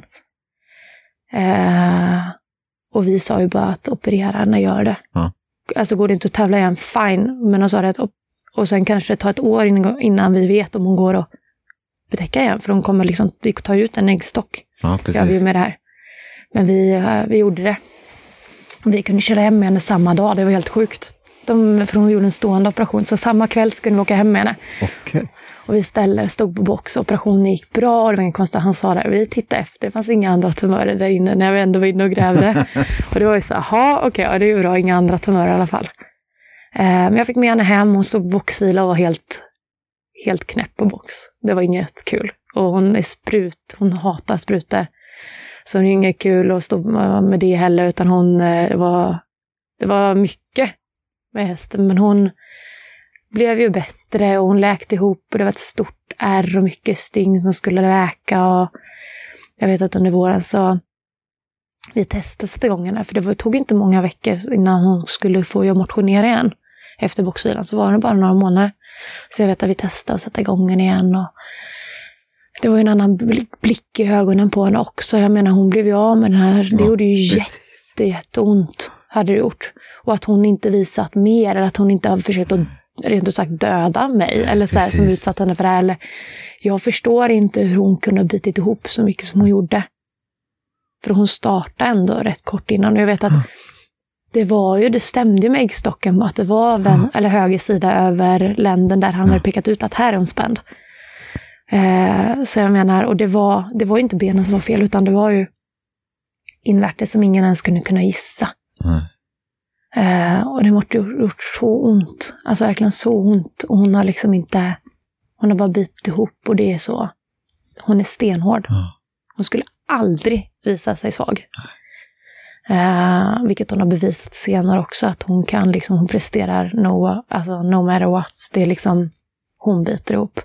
Eh, och vi sa ju bara att operera när gör det. Mm. Alltså går det inte att tävla igen, fine. Men de sa det att, och sen kanske det tar ett år innan vi vet om hon går att betäcka igen. För hon kommer liksom, vi tar ut en äggstock. Ja, precis. Gör vi med det här. Men vi, vi gjorde det. Vi kunde köra hem med henne samma dag. Det var helt sjukt. De, för hon gjorde en stående operation. Så samma kväll så kunde vi åka hem med henne. Okay. Och vi ställde, stod på box. Operationen gick bra. Och det var ingen konstigt. Han sa det. Vi tittade efter. Det fanns inga andra tumörer där inne. När vi ändå var inne och grävde. Och det var ju så här. Ja, okej. Okay, ja, det är ju bra. Inga andra tumörer i alla fall. Eh, men jag fick med henne hem. Hon stod på boxvila och var helt, helt knäpp på box. Det var inget kul. Och hon är sprut. Hon hatar sprutor. Så hon är inget kul att stå med det heller, utan hon det var, det var mycket med hästen. Men hon blev ju bättre och hon läkte ihop och det var ett stort ärr och mycket sting som skulle läka. Och jag vet att under våren så vi testade att sätta igång henne, för det var, tog inte många veckor innan hon skulle få motionera igen. Efter boxvilan så var det bara några månader. Så jag vet att vi testade att sätta igång henne igen och det var ju en annan blick i ögonen på henne också. Jag menar, hon blev ju av med den här. Det ja, gjorde ju jätte, jätteont. Hade det gjort. Och att hon inte visat mer. Eller att hon inte har försökt att rent ut sagt döda mig. Eller så här, som utsatt henne för det här. Eller, jag förstår inte hur hon kunde ha bitit ihop så mycket som hon gjorde. För hon startade ändå rätt kort innan. Och jag vet att det var ju, det stämde ju med äggstocken. Att det var vän, eller höger sida över länden där han hade pekat ut att här är hon spänd. Eh, så jag menar, och det var, det var ju inte benen som var fel, utan det var ju invärtes som ingen ens kunde kunna gissa. Eh, och det måste gjort så ont. Alltså verkligen så ont. Och hon har liksom inte, hon har bara bitit ihop och det är så. Hon är stenhård. Mm. Hon skulle aldrig visa sig svag. Eh, vilket hon har bevisat senare också. Att hon kan liksom, hon presterar no, alltså no matter what. Det är liksom, hon biter ihop.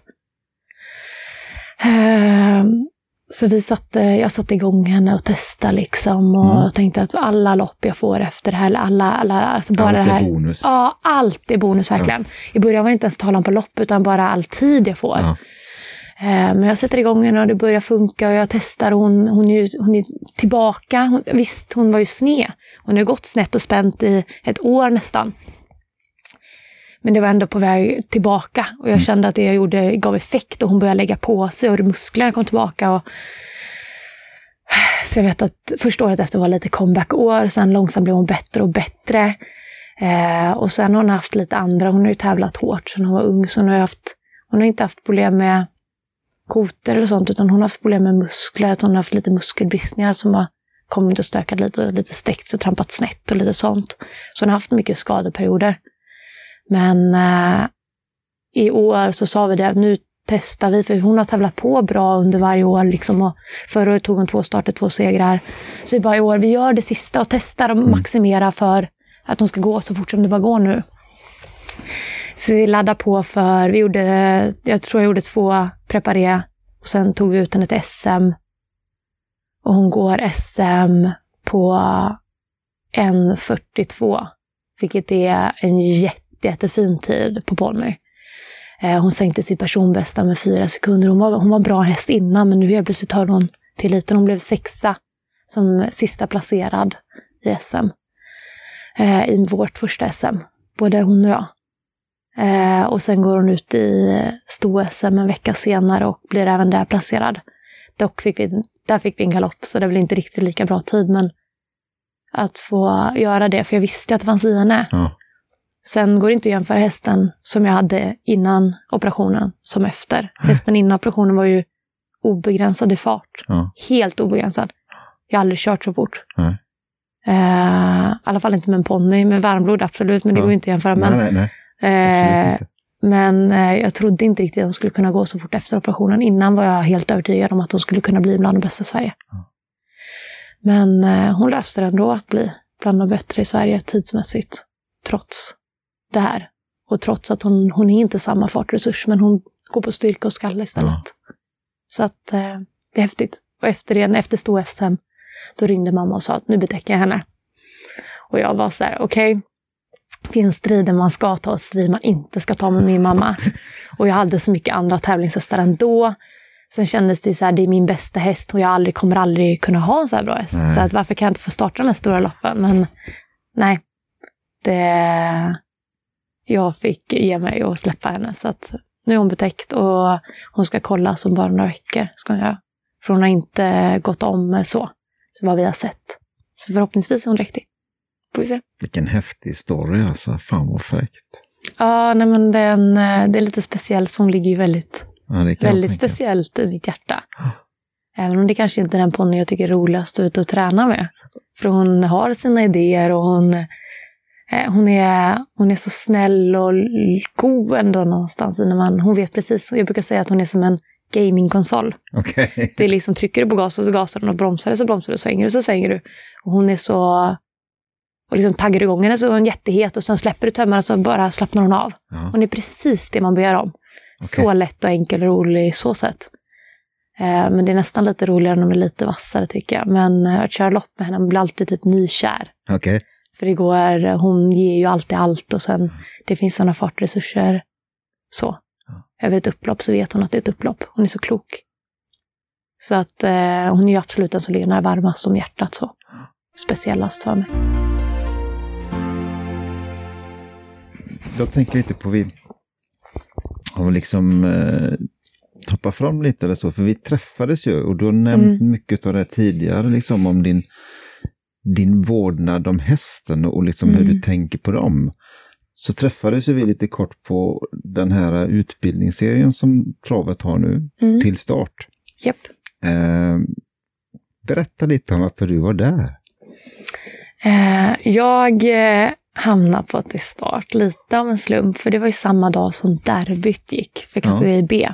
Eh, så vi satte, jag satte igång henne och testade liksom. Och mm. tänkte att alla lopp jag får efter det här. Alla, alla, alltså bara allt det här. Allt är bonus. Ja, allt är bonus verkligen. Ja. I början var det inte ens talan på lopp utan bara all tid jag får. Ja. Men jag sätter igång henne och det börjar funka och jag testar och hon, hon, är, ju, hon är tillbaka. Hon, visst, hon var ju sned. Hon har gått snett och spänt i ett år nästan. Men det var ändå på väg tillbaka och jag kände att det jag gjorde gav effekt och hon började lägga på sig och musklerna kom tillbaka. Och... Så jag vet att första året efter var lite comeback-år, sen långsamt blev hon bättre och bättre. Eh, och sen har hon haft lite andra, hon har ju tävlat hårt sen hon var ung så hon har, haft, hon har inte haft problem med koter eller sånt utan hon har haft problem med muskler, att hon har haft lite muskelbristningar som har kommit och stökat lite och lite sträckt och trampat snett och lite sånt. Så hon har haft mycket skadeperioder. Men eh, i år så sa vi det, nu testar vi, för hon har tävlat på bra under varje år liksom, och förra året tog hon två starter, två segrar. Så vi bara i år, vi gör det sista och testar och maximera för att hon ska gå så fort som det bara går nu. Så vi laddade på för, vi gjorde, jag tror jag gjorde två preparé och sen tog vi ut henne till S M. Och hon går S M på en fyrtiotvå, vilket är en jätte, jättefin tid på ponny. Eh, hon sänkte sitt personbästa med fyra sekunder. Hon var, hon var bra häst innan, men nu helt plötsligt hörde hon till liten. Hon blev sexa som sista placerad i S M. Eh, I vårt första S M. Både hon och jag. Eh, och sen går hon ut i sto-S M en vecka senare och blir även där placerad. Dock fick vi, där fick vi en galopp, så det blev inte riktigt lika bra tid, men att få göra det, för jag visste att det fanns i henne. Ja. Sen går det inte att jämföra hästen som jag hade innan operationen som efter. Hästen innan operationen var ju obegränsad i fart. Ja. Helt obegränsad. Jag har aldrig kört så fort. Ja. Eh, I alla fall inte med en ponny, med varmblod absolut, men det ja. går inte att jämföra. Men, nej, nej, nej. Eh, men eh, jag trodde inte riktigt att de skulle kunna gå så fort efter operationen. Innan var jag helt övertygad om att de skulle kunna bli bland de bästa i Sverige. Ja. Men eh, hon löste det ändå att bli bland de bättre i Sverige tidsmässigt. Trots det här. Och trots att hon, hon är inte samma fartresurs, men hon går på styrka och skalle istället. Ja. Så att eh, det är häftigt. Och efter det, efter sto-F M, då ringde mamma och sa att nu betäcker jag henne. Och jag var så här, okej. Okay, finns strider man ska ta och strider man inte ska ta med min mamma. Och jag hade så mycket andra tävlingshästar ändå. Sen kändes det ju så här, det är min bästa häst och jag aldrig, kommer aldrig kunna ha en så här bra häst. Nej. Så att varför kan jag inte få starta den här stora loppen? Men nej, det... jag fick ge mig och släppa henne. Så att nu är hon betäckt och hon ska kolla som bara några veckor. Ska hon göra. För hon har inte gått om så. Så vad vi har sett. Så förhoppningsvis är hon riktig. Får vi se. Vilken häftig story alltså. Fan vad fräckt. Ja, nej men den, det är lite speciellt. Så hon ligger ju väldigt, ja, väldigt speciellt i mitt hjärta. Även om det kanske inte är den ponny jag tycker är roligast ut att träna med. För hon har sina idéer och hon... Hon är, hon är så snäll och god ändå någonstans. När man, hon vet precis, jag brukar säga att hon är som en gamingkonsol. Okay. Det är liksom, trycker du på gas och så gasar den och bromsar det så bromsar du, svänger du så svänger du. Och hon är så, och liksom taggar igång henne så är hon jättehet och sen släpper du tömmarna så bara slappnar hon av. Ja. Hon är precis det man begär om. Okay. Så lätt och enkel och rolig så sätt. Eh, men det är nästan lite roligare när de är lite vassare tycker jag. Men eh, att köra lopp med henne, man blir alltid typ nykär. Okej. Okay. För det går, hon ger ju alltid allt och sen det finns sådana fartresurser så. Ja. Över ett upplopp så vet hon att det är ett upplopp. Hon är så klok. Så att eh, hon är ju absolut den som ligger när varmast om hjärtat så. Speciellast för mig. Jag tänker lite på vi har liksom eh, hoppat fram lite eller så. För vi träffades ju och du har nämnt mm. mycket av det tidigare liksom om din din vårdnad om hästen och liksom mm. hur du tänker på dem. Så träffades vi lite kort på den här utbildningsserien som travet har nu mm. till start. Japp. Eh, berätta lite om varför du var där. Eh, jag, hamnade på till start. Lite av en slump, för det var ju samma dag som derbyt gick för kategori ja. B.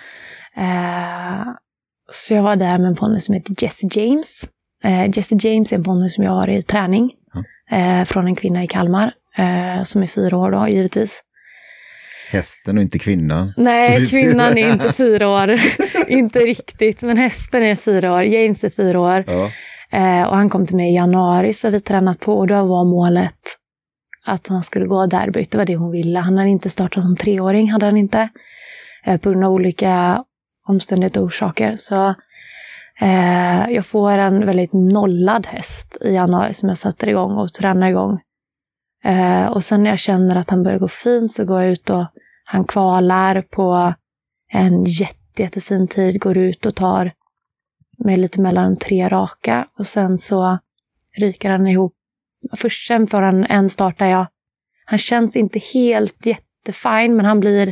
Eh, så jag var där med en ponny som heter Jessie James. Eh, Jessie James är en ponny som jag har i träning. Ja. Eh, från en kvinna i Kalmar. Eh, som är fyra år då, givetvis. Hästen och inte kvinnan. Nej, kvinnan är inte fyra år. Inte riktigt, men hästen är fyra år. James är fyra år. Ja. Eh, och han kom till mig i januari, så vi tränat på. Och då var målet att han skulle gå derbyt. Det var det hon ville. Han hade inte startat som treåring, hade han inte. Eh, på grund av olika omständigheter och orsaker. Så eh, jag får en väldigt nollad häst i januari som jag sätter igång och tränar igång. Eh, och sen när jag känner att han börjar gå fint så går jag ut och han kvalar på en jätte, jättefin tid, går ut och tar med lite mellan tre raka och sen så ryker han ihop. Först sen får han en start där jag, han känns inte helt jättefin, men han blir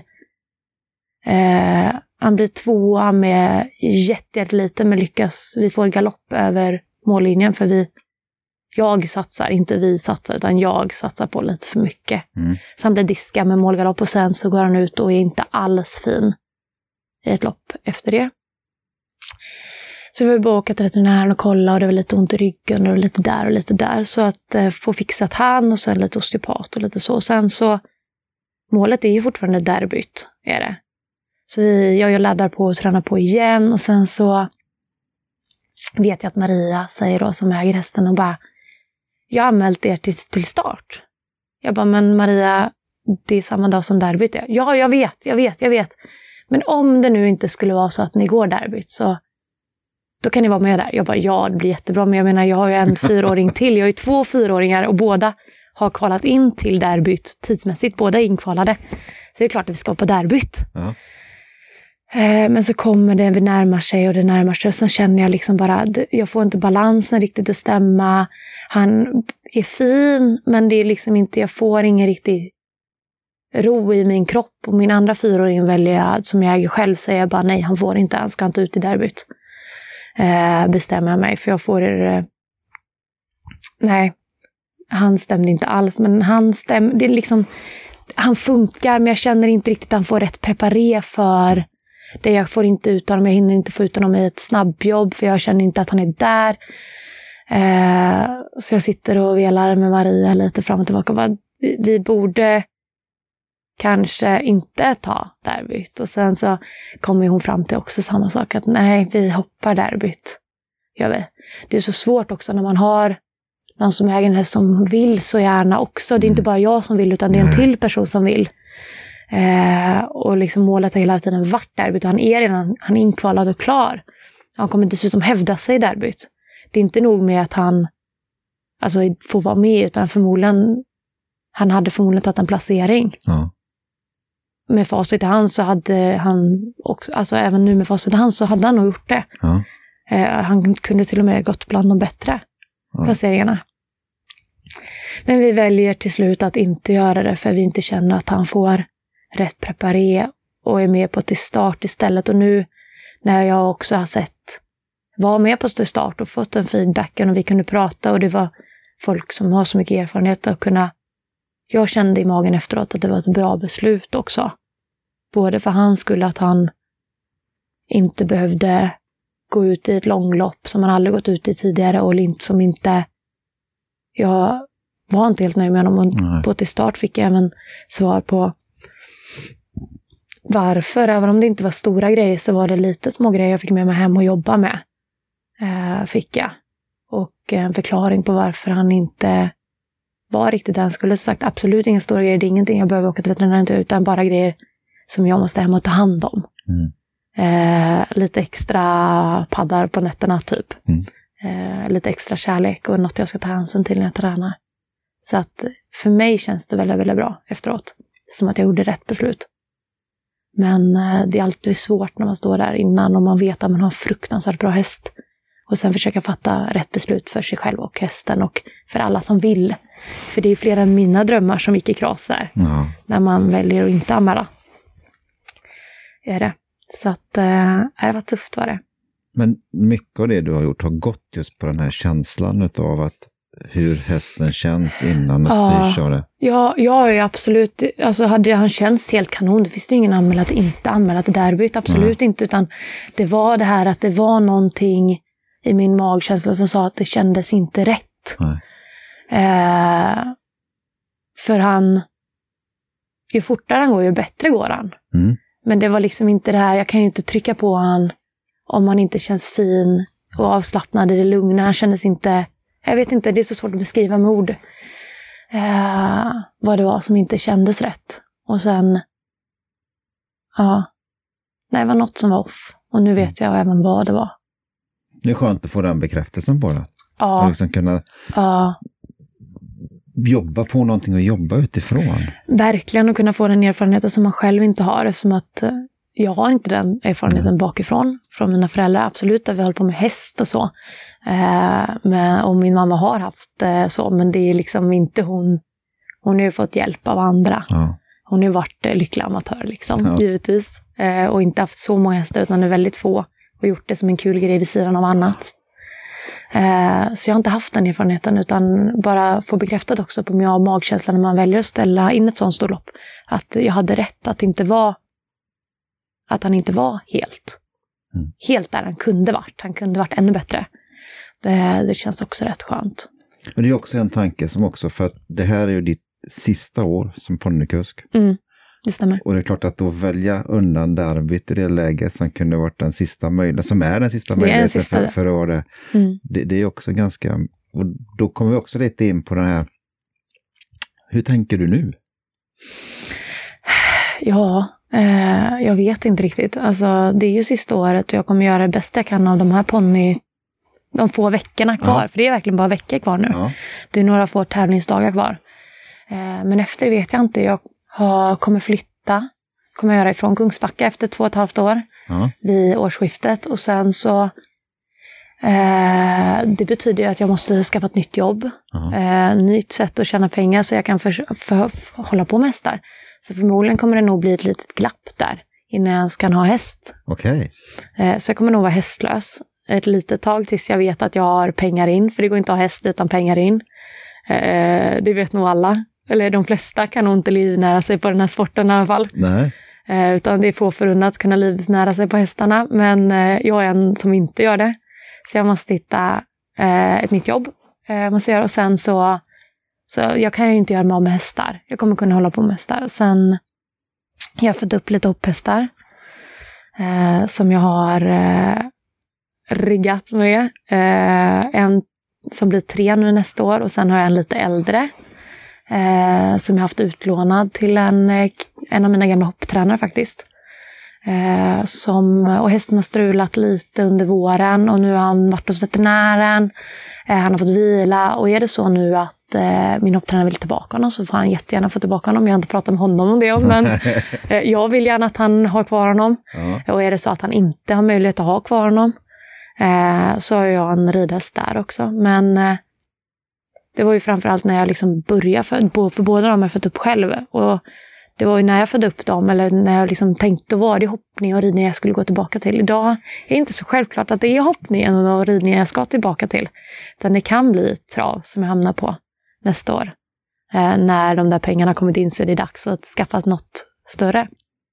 eh, han blir tvåa med jätte, jättelite, men lyckas, vi får galopp över mållinjen för vi Jag satsar, inte vi satsar, utan jag satsar på lite för mycket. Mm. Så han blir diskad med målgalopp och sen så går han ut och är inte alls fin i ett lopp efter det. Så vi bara åka till veterinären och kolla och det var lite ont i ryggen och lite där och lite där. Så att eh, få fixat han och sen lite osteopat och lite så. Och sen så, målet är ju fortfarande derbyt, är det. Så vi, jag, jag laddar på och tränar på igen och sen så vet jag att Maria säger då som äger hästen och bara, jag har anmält er till, till start. Jag bara, men Maria, det är samma dag som derbyt är. Ja, jag vet, jag vet, jag vet. Men om det nu inte skulle vara så att ni går derbyt så då kan ni vara med där. Jag bara, ja, det blir jättebra. Men jag menar, jag har ju en fyraåring till. Jag har ju två fyraåringar och båda har kvalat in till derbyt tidsmässigt. Båda är inkvalade. Så det är klart att vi ska på derbyt. Ja. Men så kommer det, vi närmar sig och det närmar sig och sen känner jag liksom bara, jag får inte balansen riktigt att stämma. Han är fin, men det är liksom inte, jag får ingen riktig ro i min kropp. Och min andra fyraåring väljer, som jag äger själv, säger bara nej, han får inte, han ska inte ut i derbyt. Eh, bestämmer jag mig, för jag får eh, nej, han stämde inte alls, men han stämmer, det är liksom, han funkar, men jag känner inte riktigt att han får rätt preparé för det. Jag får inte ut honom, jag hinner inte få ut honom i ett snabbjobb för jag känner inte att han är där. Eh, så jag sitter och velar med Maria lite fram och tillbaka. Bara, vi, vi borde kanske inte ta derbyt. Och sen så kommer hon fram till också samma sak, att nej, vi hoppar derbyt. Jag vet. Det är så svårt också när man har någon som äger en häst som vill så gärna också. Det är inte bara jag som vill, utan det är en till person som vill. Eh, och liksom målet har hela tiden varit derbyt. Och han är redan, han är inkvalad och klar. Han kommer dessutom hävda sig i derbyt. Det är inte nog med att han alltså, får vara med, utan förmodligen han hade förmodligen tagit en placering. Ja. Med facit i hand så hade han också, alltså även nu med facit i hand så hade han nog gjort det. Ja. Eh, han kunde till och med gått bland de bättre ja. placeringarna. Men vi väljer till slut att inte göra det, för vi inte känner att han får rätt preparé och är med på till start istället. Och nu när jag också har sett, var med på till start och fått en feedbacken och vi kunde prata och det var folk som har så mycket erfarenhet att kunna, jag kände i magen efteråt att det var ett bra beslut också. Både för hans skull, att han inte behövde gå ut i ett långlopp som han aldrig gått ut i tidigare, och som inte, jag var inte helt nöjd med honom. Och på till start fick jag även svar på varför. Även om det inte var stora grejer så var det lite små grejer jag fick med mig hem och jobba med. Eh, fick jag. Och en förklaring på varför han inte var riktigt den skulle. Så sagt, absolut inga stora grejer. Det är ingenting jag behöver åka till veterinären till, utan bara grejer som jag måste hem och ta hand om. Mm. Eh, lite extra paddar på nätterna typ. Mm. Eh, lite extra kärlek och något jag ska ta hänsyn till när jag tränar. Så att för mig känns det väldigt, väldigt bra efteråt. Som att jag gjorde rätt beslut. Men eh, det är alltid svårt när man står där innan och man vet att man har en fruktansvärt bra häst. Och sen försöka fatta rätt beslut för sig själv och hästen och för alla som vill. För det är ju flera av mina drömmar som gick i kras där. Ja. När man väljer att inte anmäla. Är det. Så att eh, det var tufft var det. Men mycket av det du har gjort har gått just på den här känslan av att hur hästen känns innan och ja. styrs av det? Ja, jag är absolut, alltså hade han känts helt kanon, det finns ju ingen anmälan att inte anmäla till derbyt, absolut Nej. inte, utan det var det här att det var någonting i min magkänsla som sa att det kändes inte rätt. Eh, för han, ju fortare han går ju bättre går han. Mm. Men det var liksom inte det här, jag kan ju inte trycka på han om han inte känns fin och avslappnad i det lugna. Han kändes inte, jag vet inte, det är så svårt att beskriva med ord. Eh, vad det var som inte kändes rätt. Och sen, ja, nej, det var något som var off. Och nu vet jag även vad det var. Det är skönt att få den bekräftelsen på det. Ja. Och liksom kunna ja. jobba, få någonting att jobba utifrån. Verkligen, att kunna få den erfarenheten som man själv inte har. Eftersom att jag har inte den erfarenheten mm. bakifrån. Från mina föräldrar, absolut, där vi håller på med häst och så. Eh, men, och min mamma har haft eh, så, men det är liksom inte hon. Hon har ju fått hjälp av andra. Ja. Hon har ju varit eh, lycklig amatör liksom, ja. givetvis. Eh, och inte haft så många hästar, utan det är väldigt få. Och gjort det som en kul grej vid sidan av annat. Eh, så jag har inte haft den erfarenheten, utan bara få bekräftat också på min magkänsla när man väljer att ställa in ett sånt storlopp. Att jag hade rätt, att inte vara att han inte var helt. Mm. Helt där han kunde varit. Han kunde varit ännu bättre. Det, det känns också rätt skönt. Men det är också en tanke som också, för att det här är ju ditt sista år som ponnykusk. Mm, det stämmer. Och det är klart att då välja undan derbyt i det läget som kunde varit den sista möjligheten, som är den sista möjligheten sista. för, för att vara det. Mm. det. Det är också ganska, och då kommer vi också lite in på den här, hur tänker du nu? Ja, eh, jag vet inte riktigt. Alltså, det är ju sista året och jag kommer göra det bästa jag kan av de här ponny, de få veckorna kvar. Ja. För det är verkligen bara veckor kvar nu. Ja. Det är några få tävlingsdagar kvar. Eh, men efter vet jag inte. Jag har, kommer flytta. Kommer göra ifrån Kungsbacka efter två och ett halvt år. Ja. Vid årsskiftet. Och sen så eh, det betyder ju att jag måste skaffa ett nytt jobb. Ja. Eh, nytt sätt att tjäna pengar så jag kan för, för, för, hålla på med hästar. Så förmodligen kommer det nog bli ett litet glapp där innan jag ens kan ha häst. Okej. Okay. Så jag kommer nog vara hästlös ett litet tag tills jag vet att jag har pengar in. För det går inte att ha häst utan pengar in. Det vet nog alla. Eller de flesta kan nog inte livnära sig på den här sporten i alla fall. Nej. Utan det är få förunnat att kunna livnära sig på hästarna. Men jag är en som inte gör det. Så jag måste hitta ett nytt jobb. Måste göra. Och sen så Så jag kan ju inte göra mig av med hästar. Jag kommer kunna hålla på med hästar. Och sen jag har fått upp lite hopphästar. Eh, som jag har eh, riggat med. Eh, en som blir tre nu nästa år. Och sen har jag en lite äldre. Eh, som jag har haft utlånad till en, en av mina gamla hopptränare faktiskt. Eh, som, och hästen har strulat lite under våren. Och nu har han varit hos veterinären. Eh, han har fått vila. Och är det så nu att min hopptränare vill tillbaka honom så får han jättegärna få tillbaka honom. Jag har inte pratat med honom om det, men jag vill gärna att han har kvar honom. Ja. Och är det så att han inte har möjlighet att ha kvar honom så har jag en ridhäst där också. Men det var ju framförallt när jag liksom började, för, för båda de har jag fått upp själv. Och det var ju när jag födde upp dem, eller när jag liksom tänkte, då var det hoppning och ridning jag skulle gå tillbaka till. Idag är det inte så självklart att det är hoppningen och ridningen jag ska tillbaka till. Utan det kan bli trav som jag hamnar på nästa år. Eh, när de där pengarna kommit in så är det dags att skaffa något större.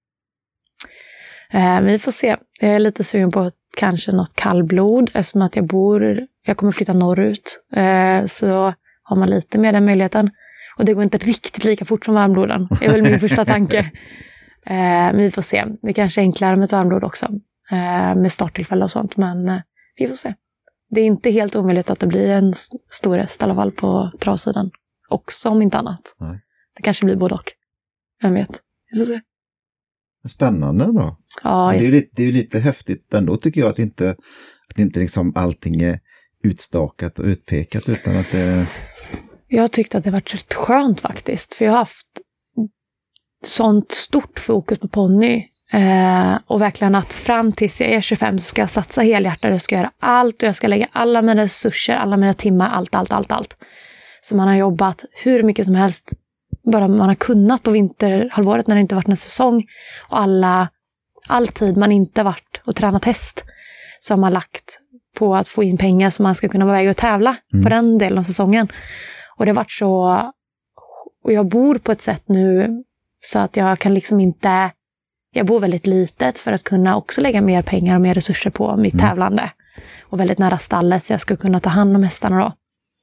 Eh, vi får se. Jag är lite sugen på kanske något kallblod. Eftersom att jag bor, jag kommer flytta norrut. Eh, så har man lite mer den möjligheten. Och det går inte riktigt lika fort som varmbloden. Det är väl min första tanke. Eh, men vi får se. Det kanske är enklare med ett varmblod också. Eh, med starttillfälle och sånt. Men eh, vi får se. Det är inte helt omöjligt att det blir en stor häst i alla fall på travsidan. Också om inte annat. Nej. Det kanske blir både och. Vem vet. Vi får se. Spännande då. Ja, det är ju lite, det är lite häftigt ändå tycker jag att inte, att inte liksom allting är utstakat och utpekat utan att det... Jag har tyckt att det har varit rätt skönt faktiskt. För jag har haft sånt stort fokus på ponny. Eh, och verkligen att fram tills jag är tjugofem så ska jag satsa helhjärtat. Jag ska göra allt och jag ska lägga alla mina resurser, alla mina timmar, allt, allt, allt, allt. Så man har jobbat hur mycket som helst. Bara man har kunnat på vinterhalvåret när det inte varit en säsong. Och alla, all tid man inte varit och tränat häst. Så har man lagt på att få in pengar så man ska kunna vara iväg och tävla mm. på den delen av säsongen. Och det har varit så, och jag bor på ett sätt nu så att jag kan liksom inte, jag bor väldigt litet för att kunna också lägga mer pengar och mer resurser på mitt mm. tävlande. Och väldigt nära stallet så jag ska kunna ta hand om hästarna då.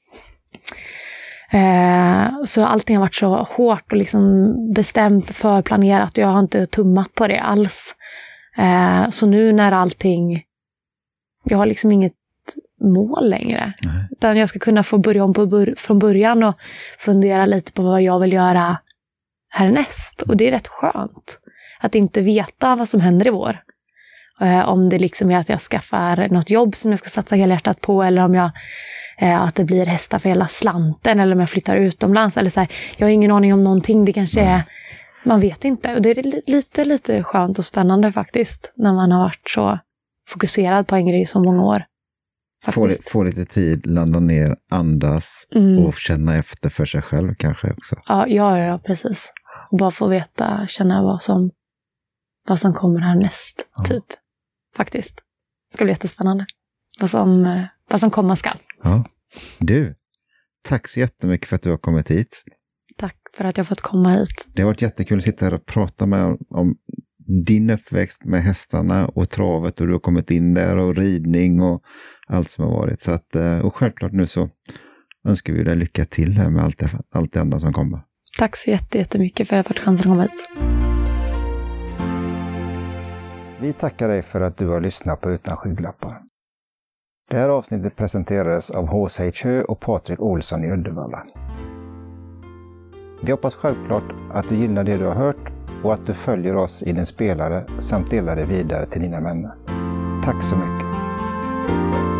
Eh, så allting har varit så hårt och liksom bestämt och förplanerat och jag har inte tummat på det alls. Eh, så nu när allting, jag har liksom inget mål längre. Nej. Utan jag ska kunna få börja om på bur- från början och fundera lite på vad jag vill göra härnäst. Och det är rätt skönt att inte veta vad som händer i vår. Eh, om det liksom är att jag skaffar något jobb som jag ska satsa hela hjärtat på eller om jag eh, att det blir hästar för hela slanten eller om jag flyttar utomlands eller så här. Jag har ingen aning om någonting, det kanske är, man vet inte. Och det är lite, lite skönt och spännande faktiskt när man har varit så fokuserad på en grej i så många år. Få, få lite tid, landa ner, andas mm. och känna efter för sig själv kanske också. Ja, ja, ja precis. Och bara få veta, känna vad som, vad som kommer härnäst, ja. Typ. Faktiskt. Det ska bli jättespännande. Vad som, vad som komma skall. Ja. Du, tack så jättemycket för att du har kommit hit. Tack för att jag fått komma hit. Det har varit jättekul att sitta här och prata med om, om din uppväxt med hästarna och travet och du har kommit in där och ridning och allt som har varit. Så att, och självklart nu så önskar vi dig lycka till här med allt det, allt det andra som kommer. Tack så jättemycket för att jag fått chansen att komma hit. Vi tackar dig för att du har lyssnat på Utan skygglappar. Det här avsnittet presenterades av H C Hö och Patrik Olsson i Uddevalla. Vi hoppas självklart att du gillar det du har hört och att du följer oss i din spelare samt delar det vidare till dina vänner. Tack så mycket!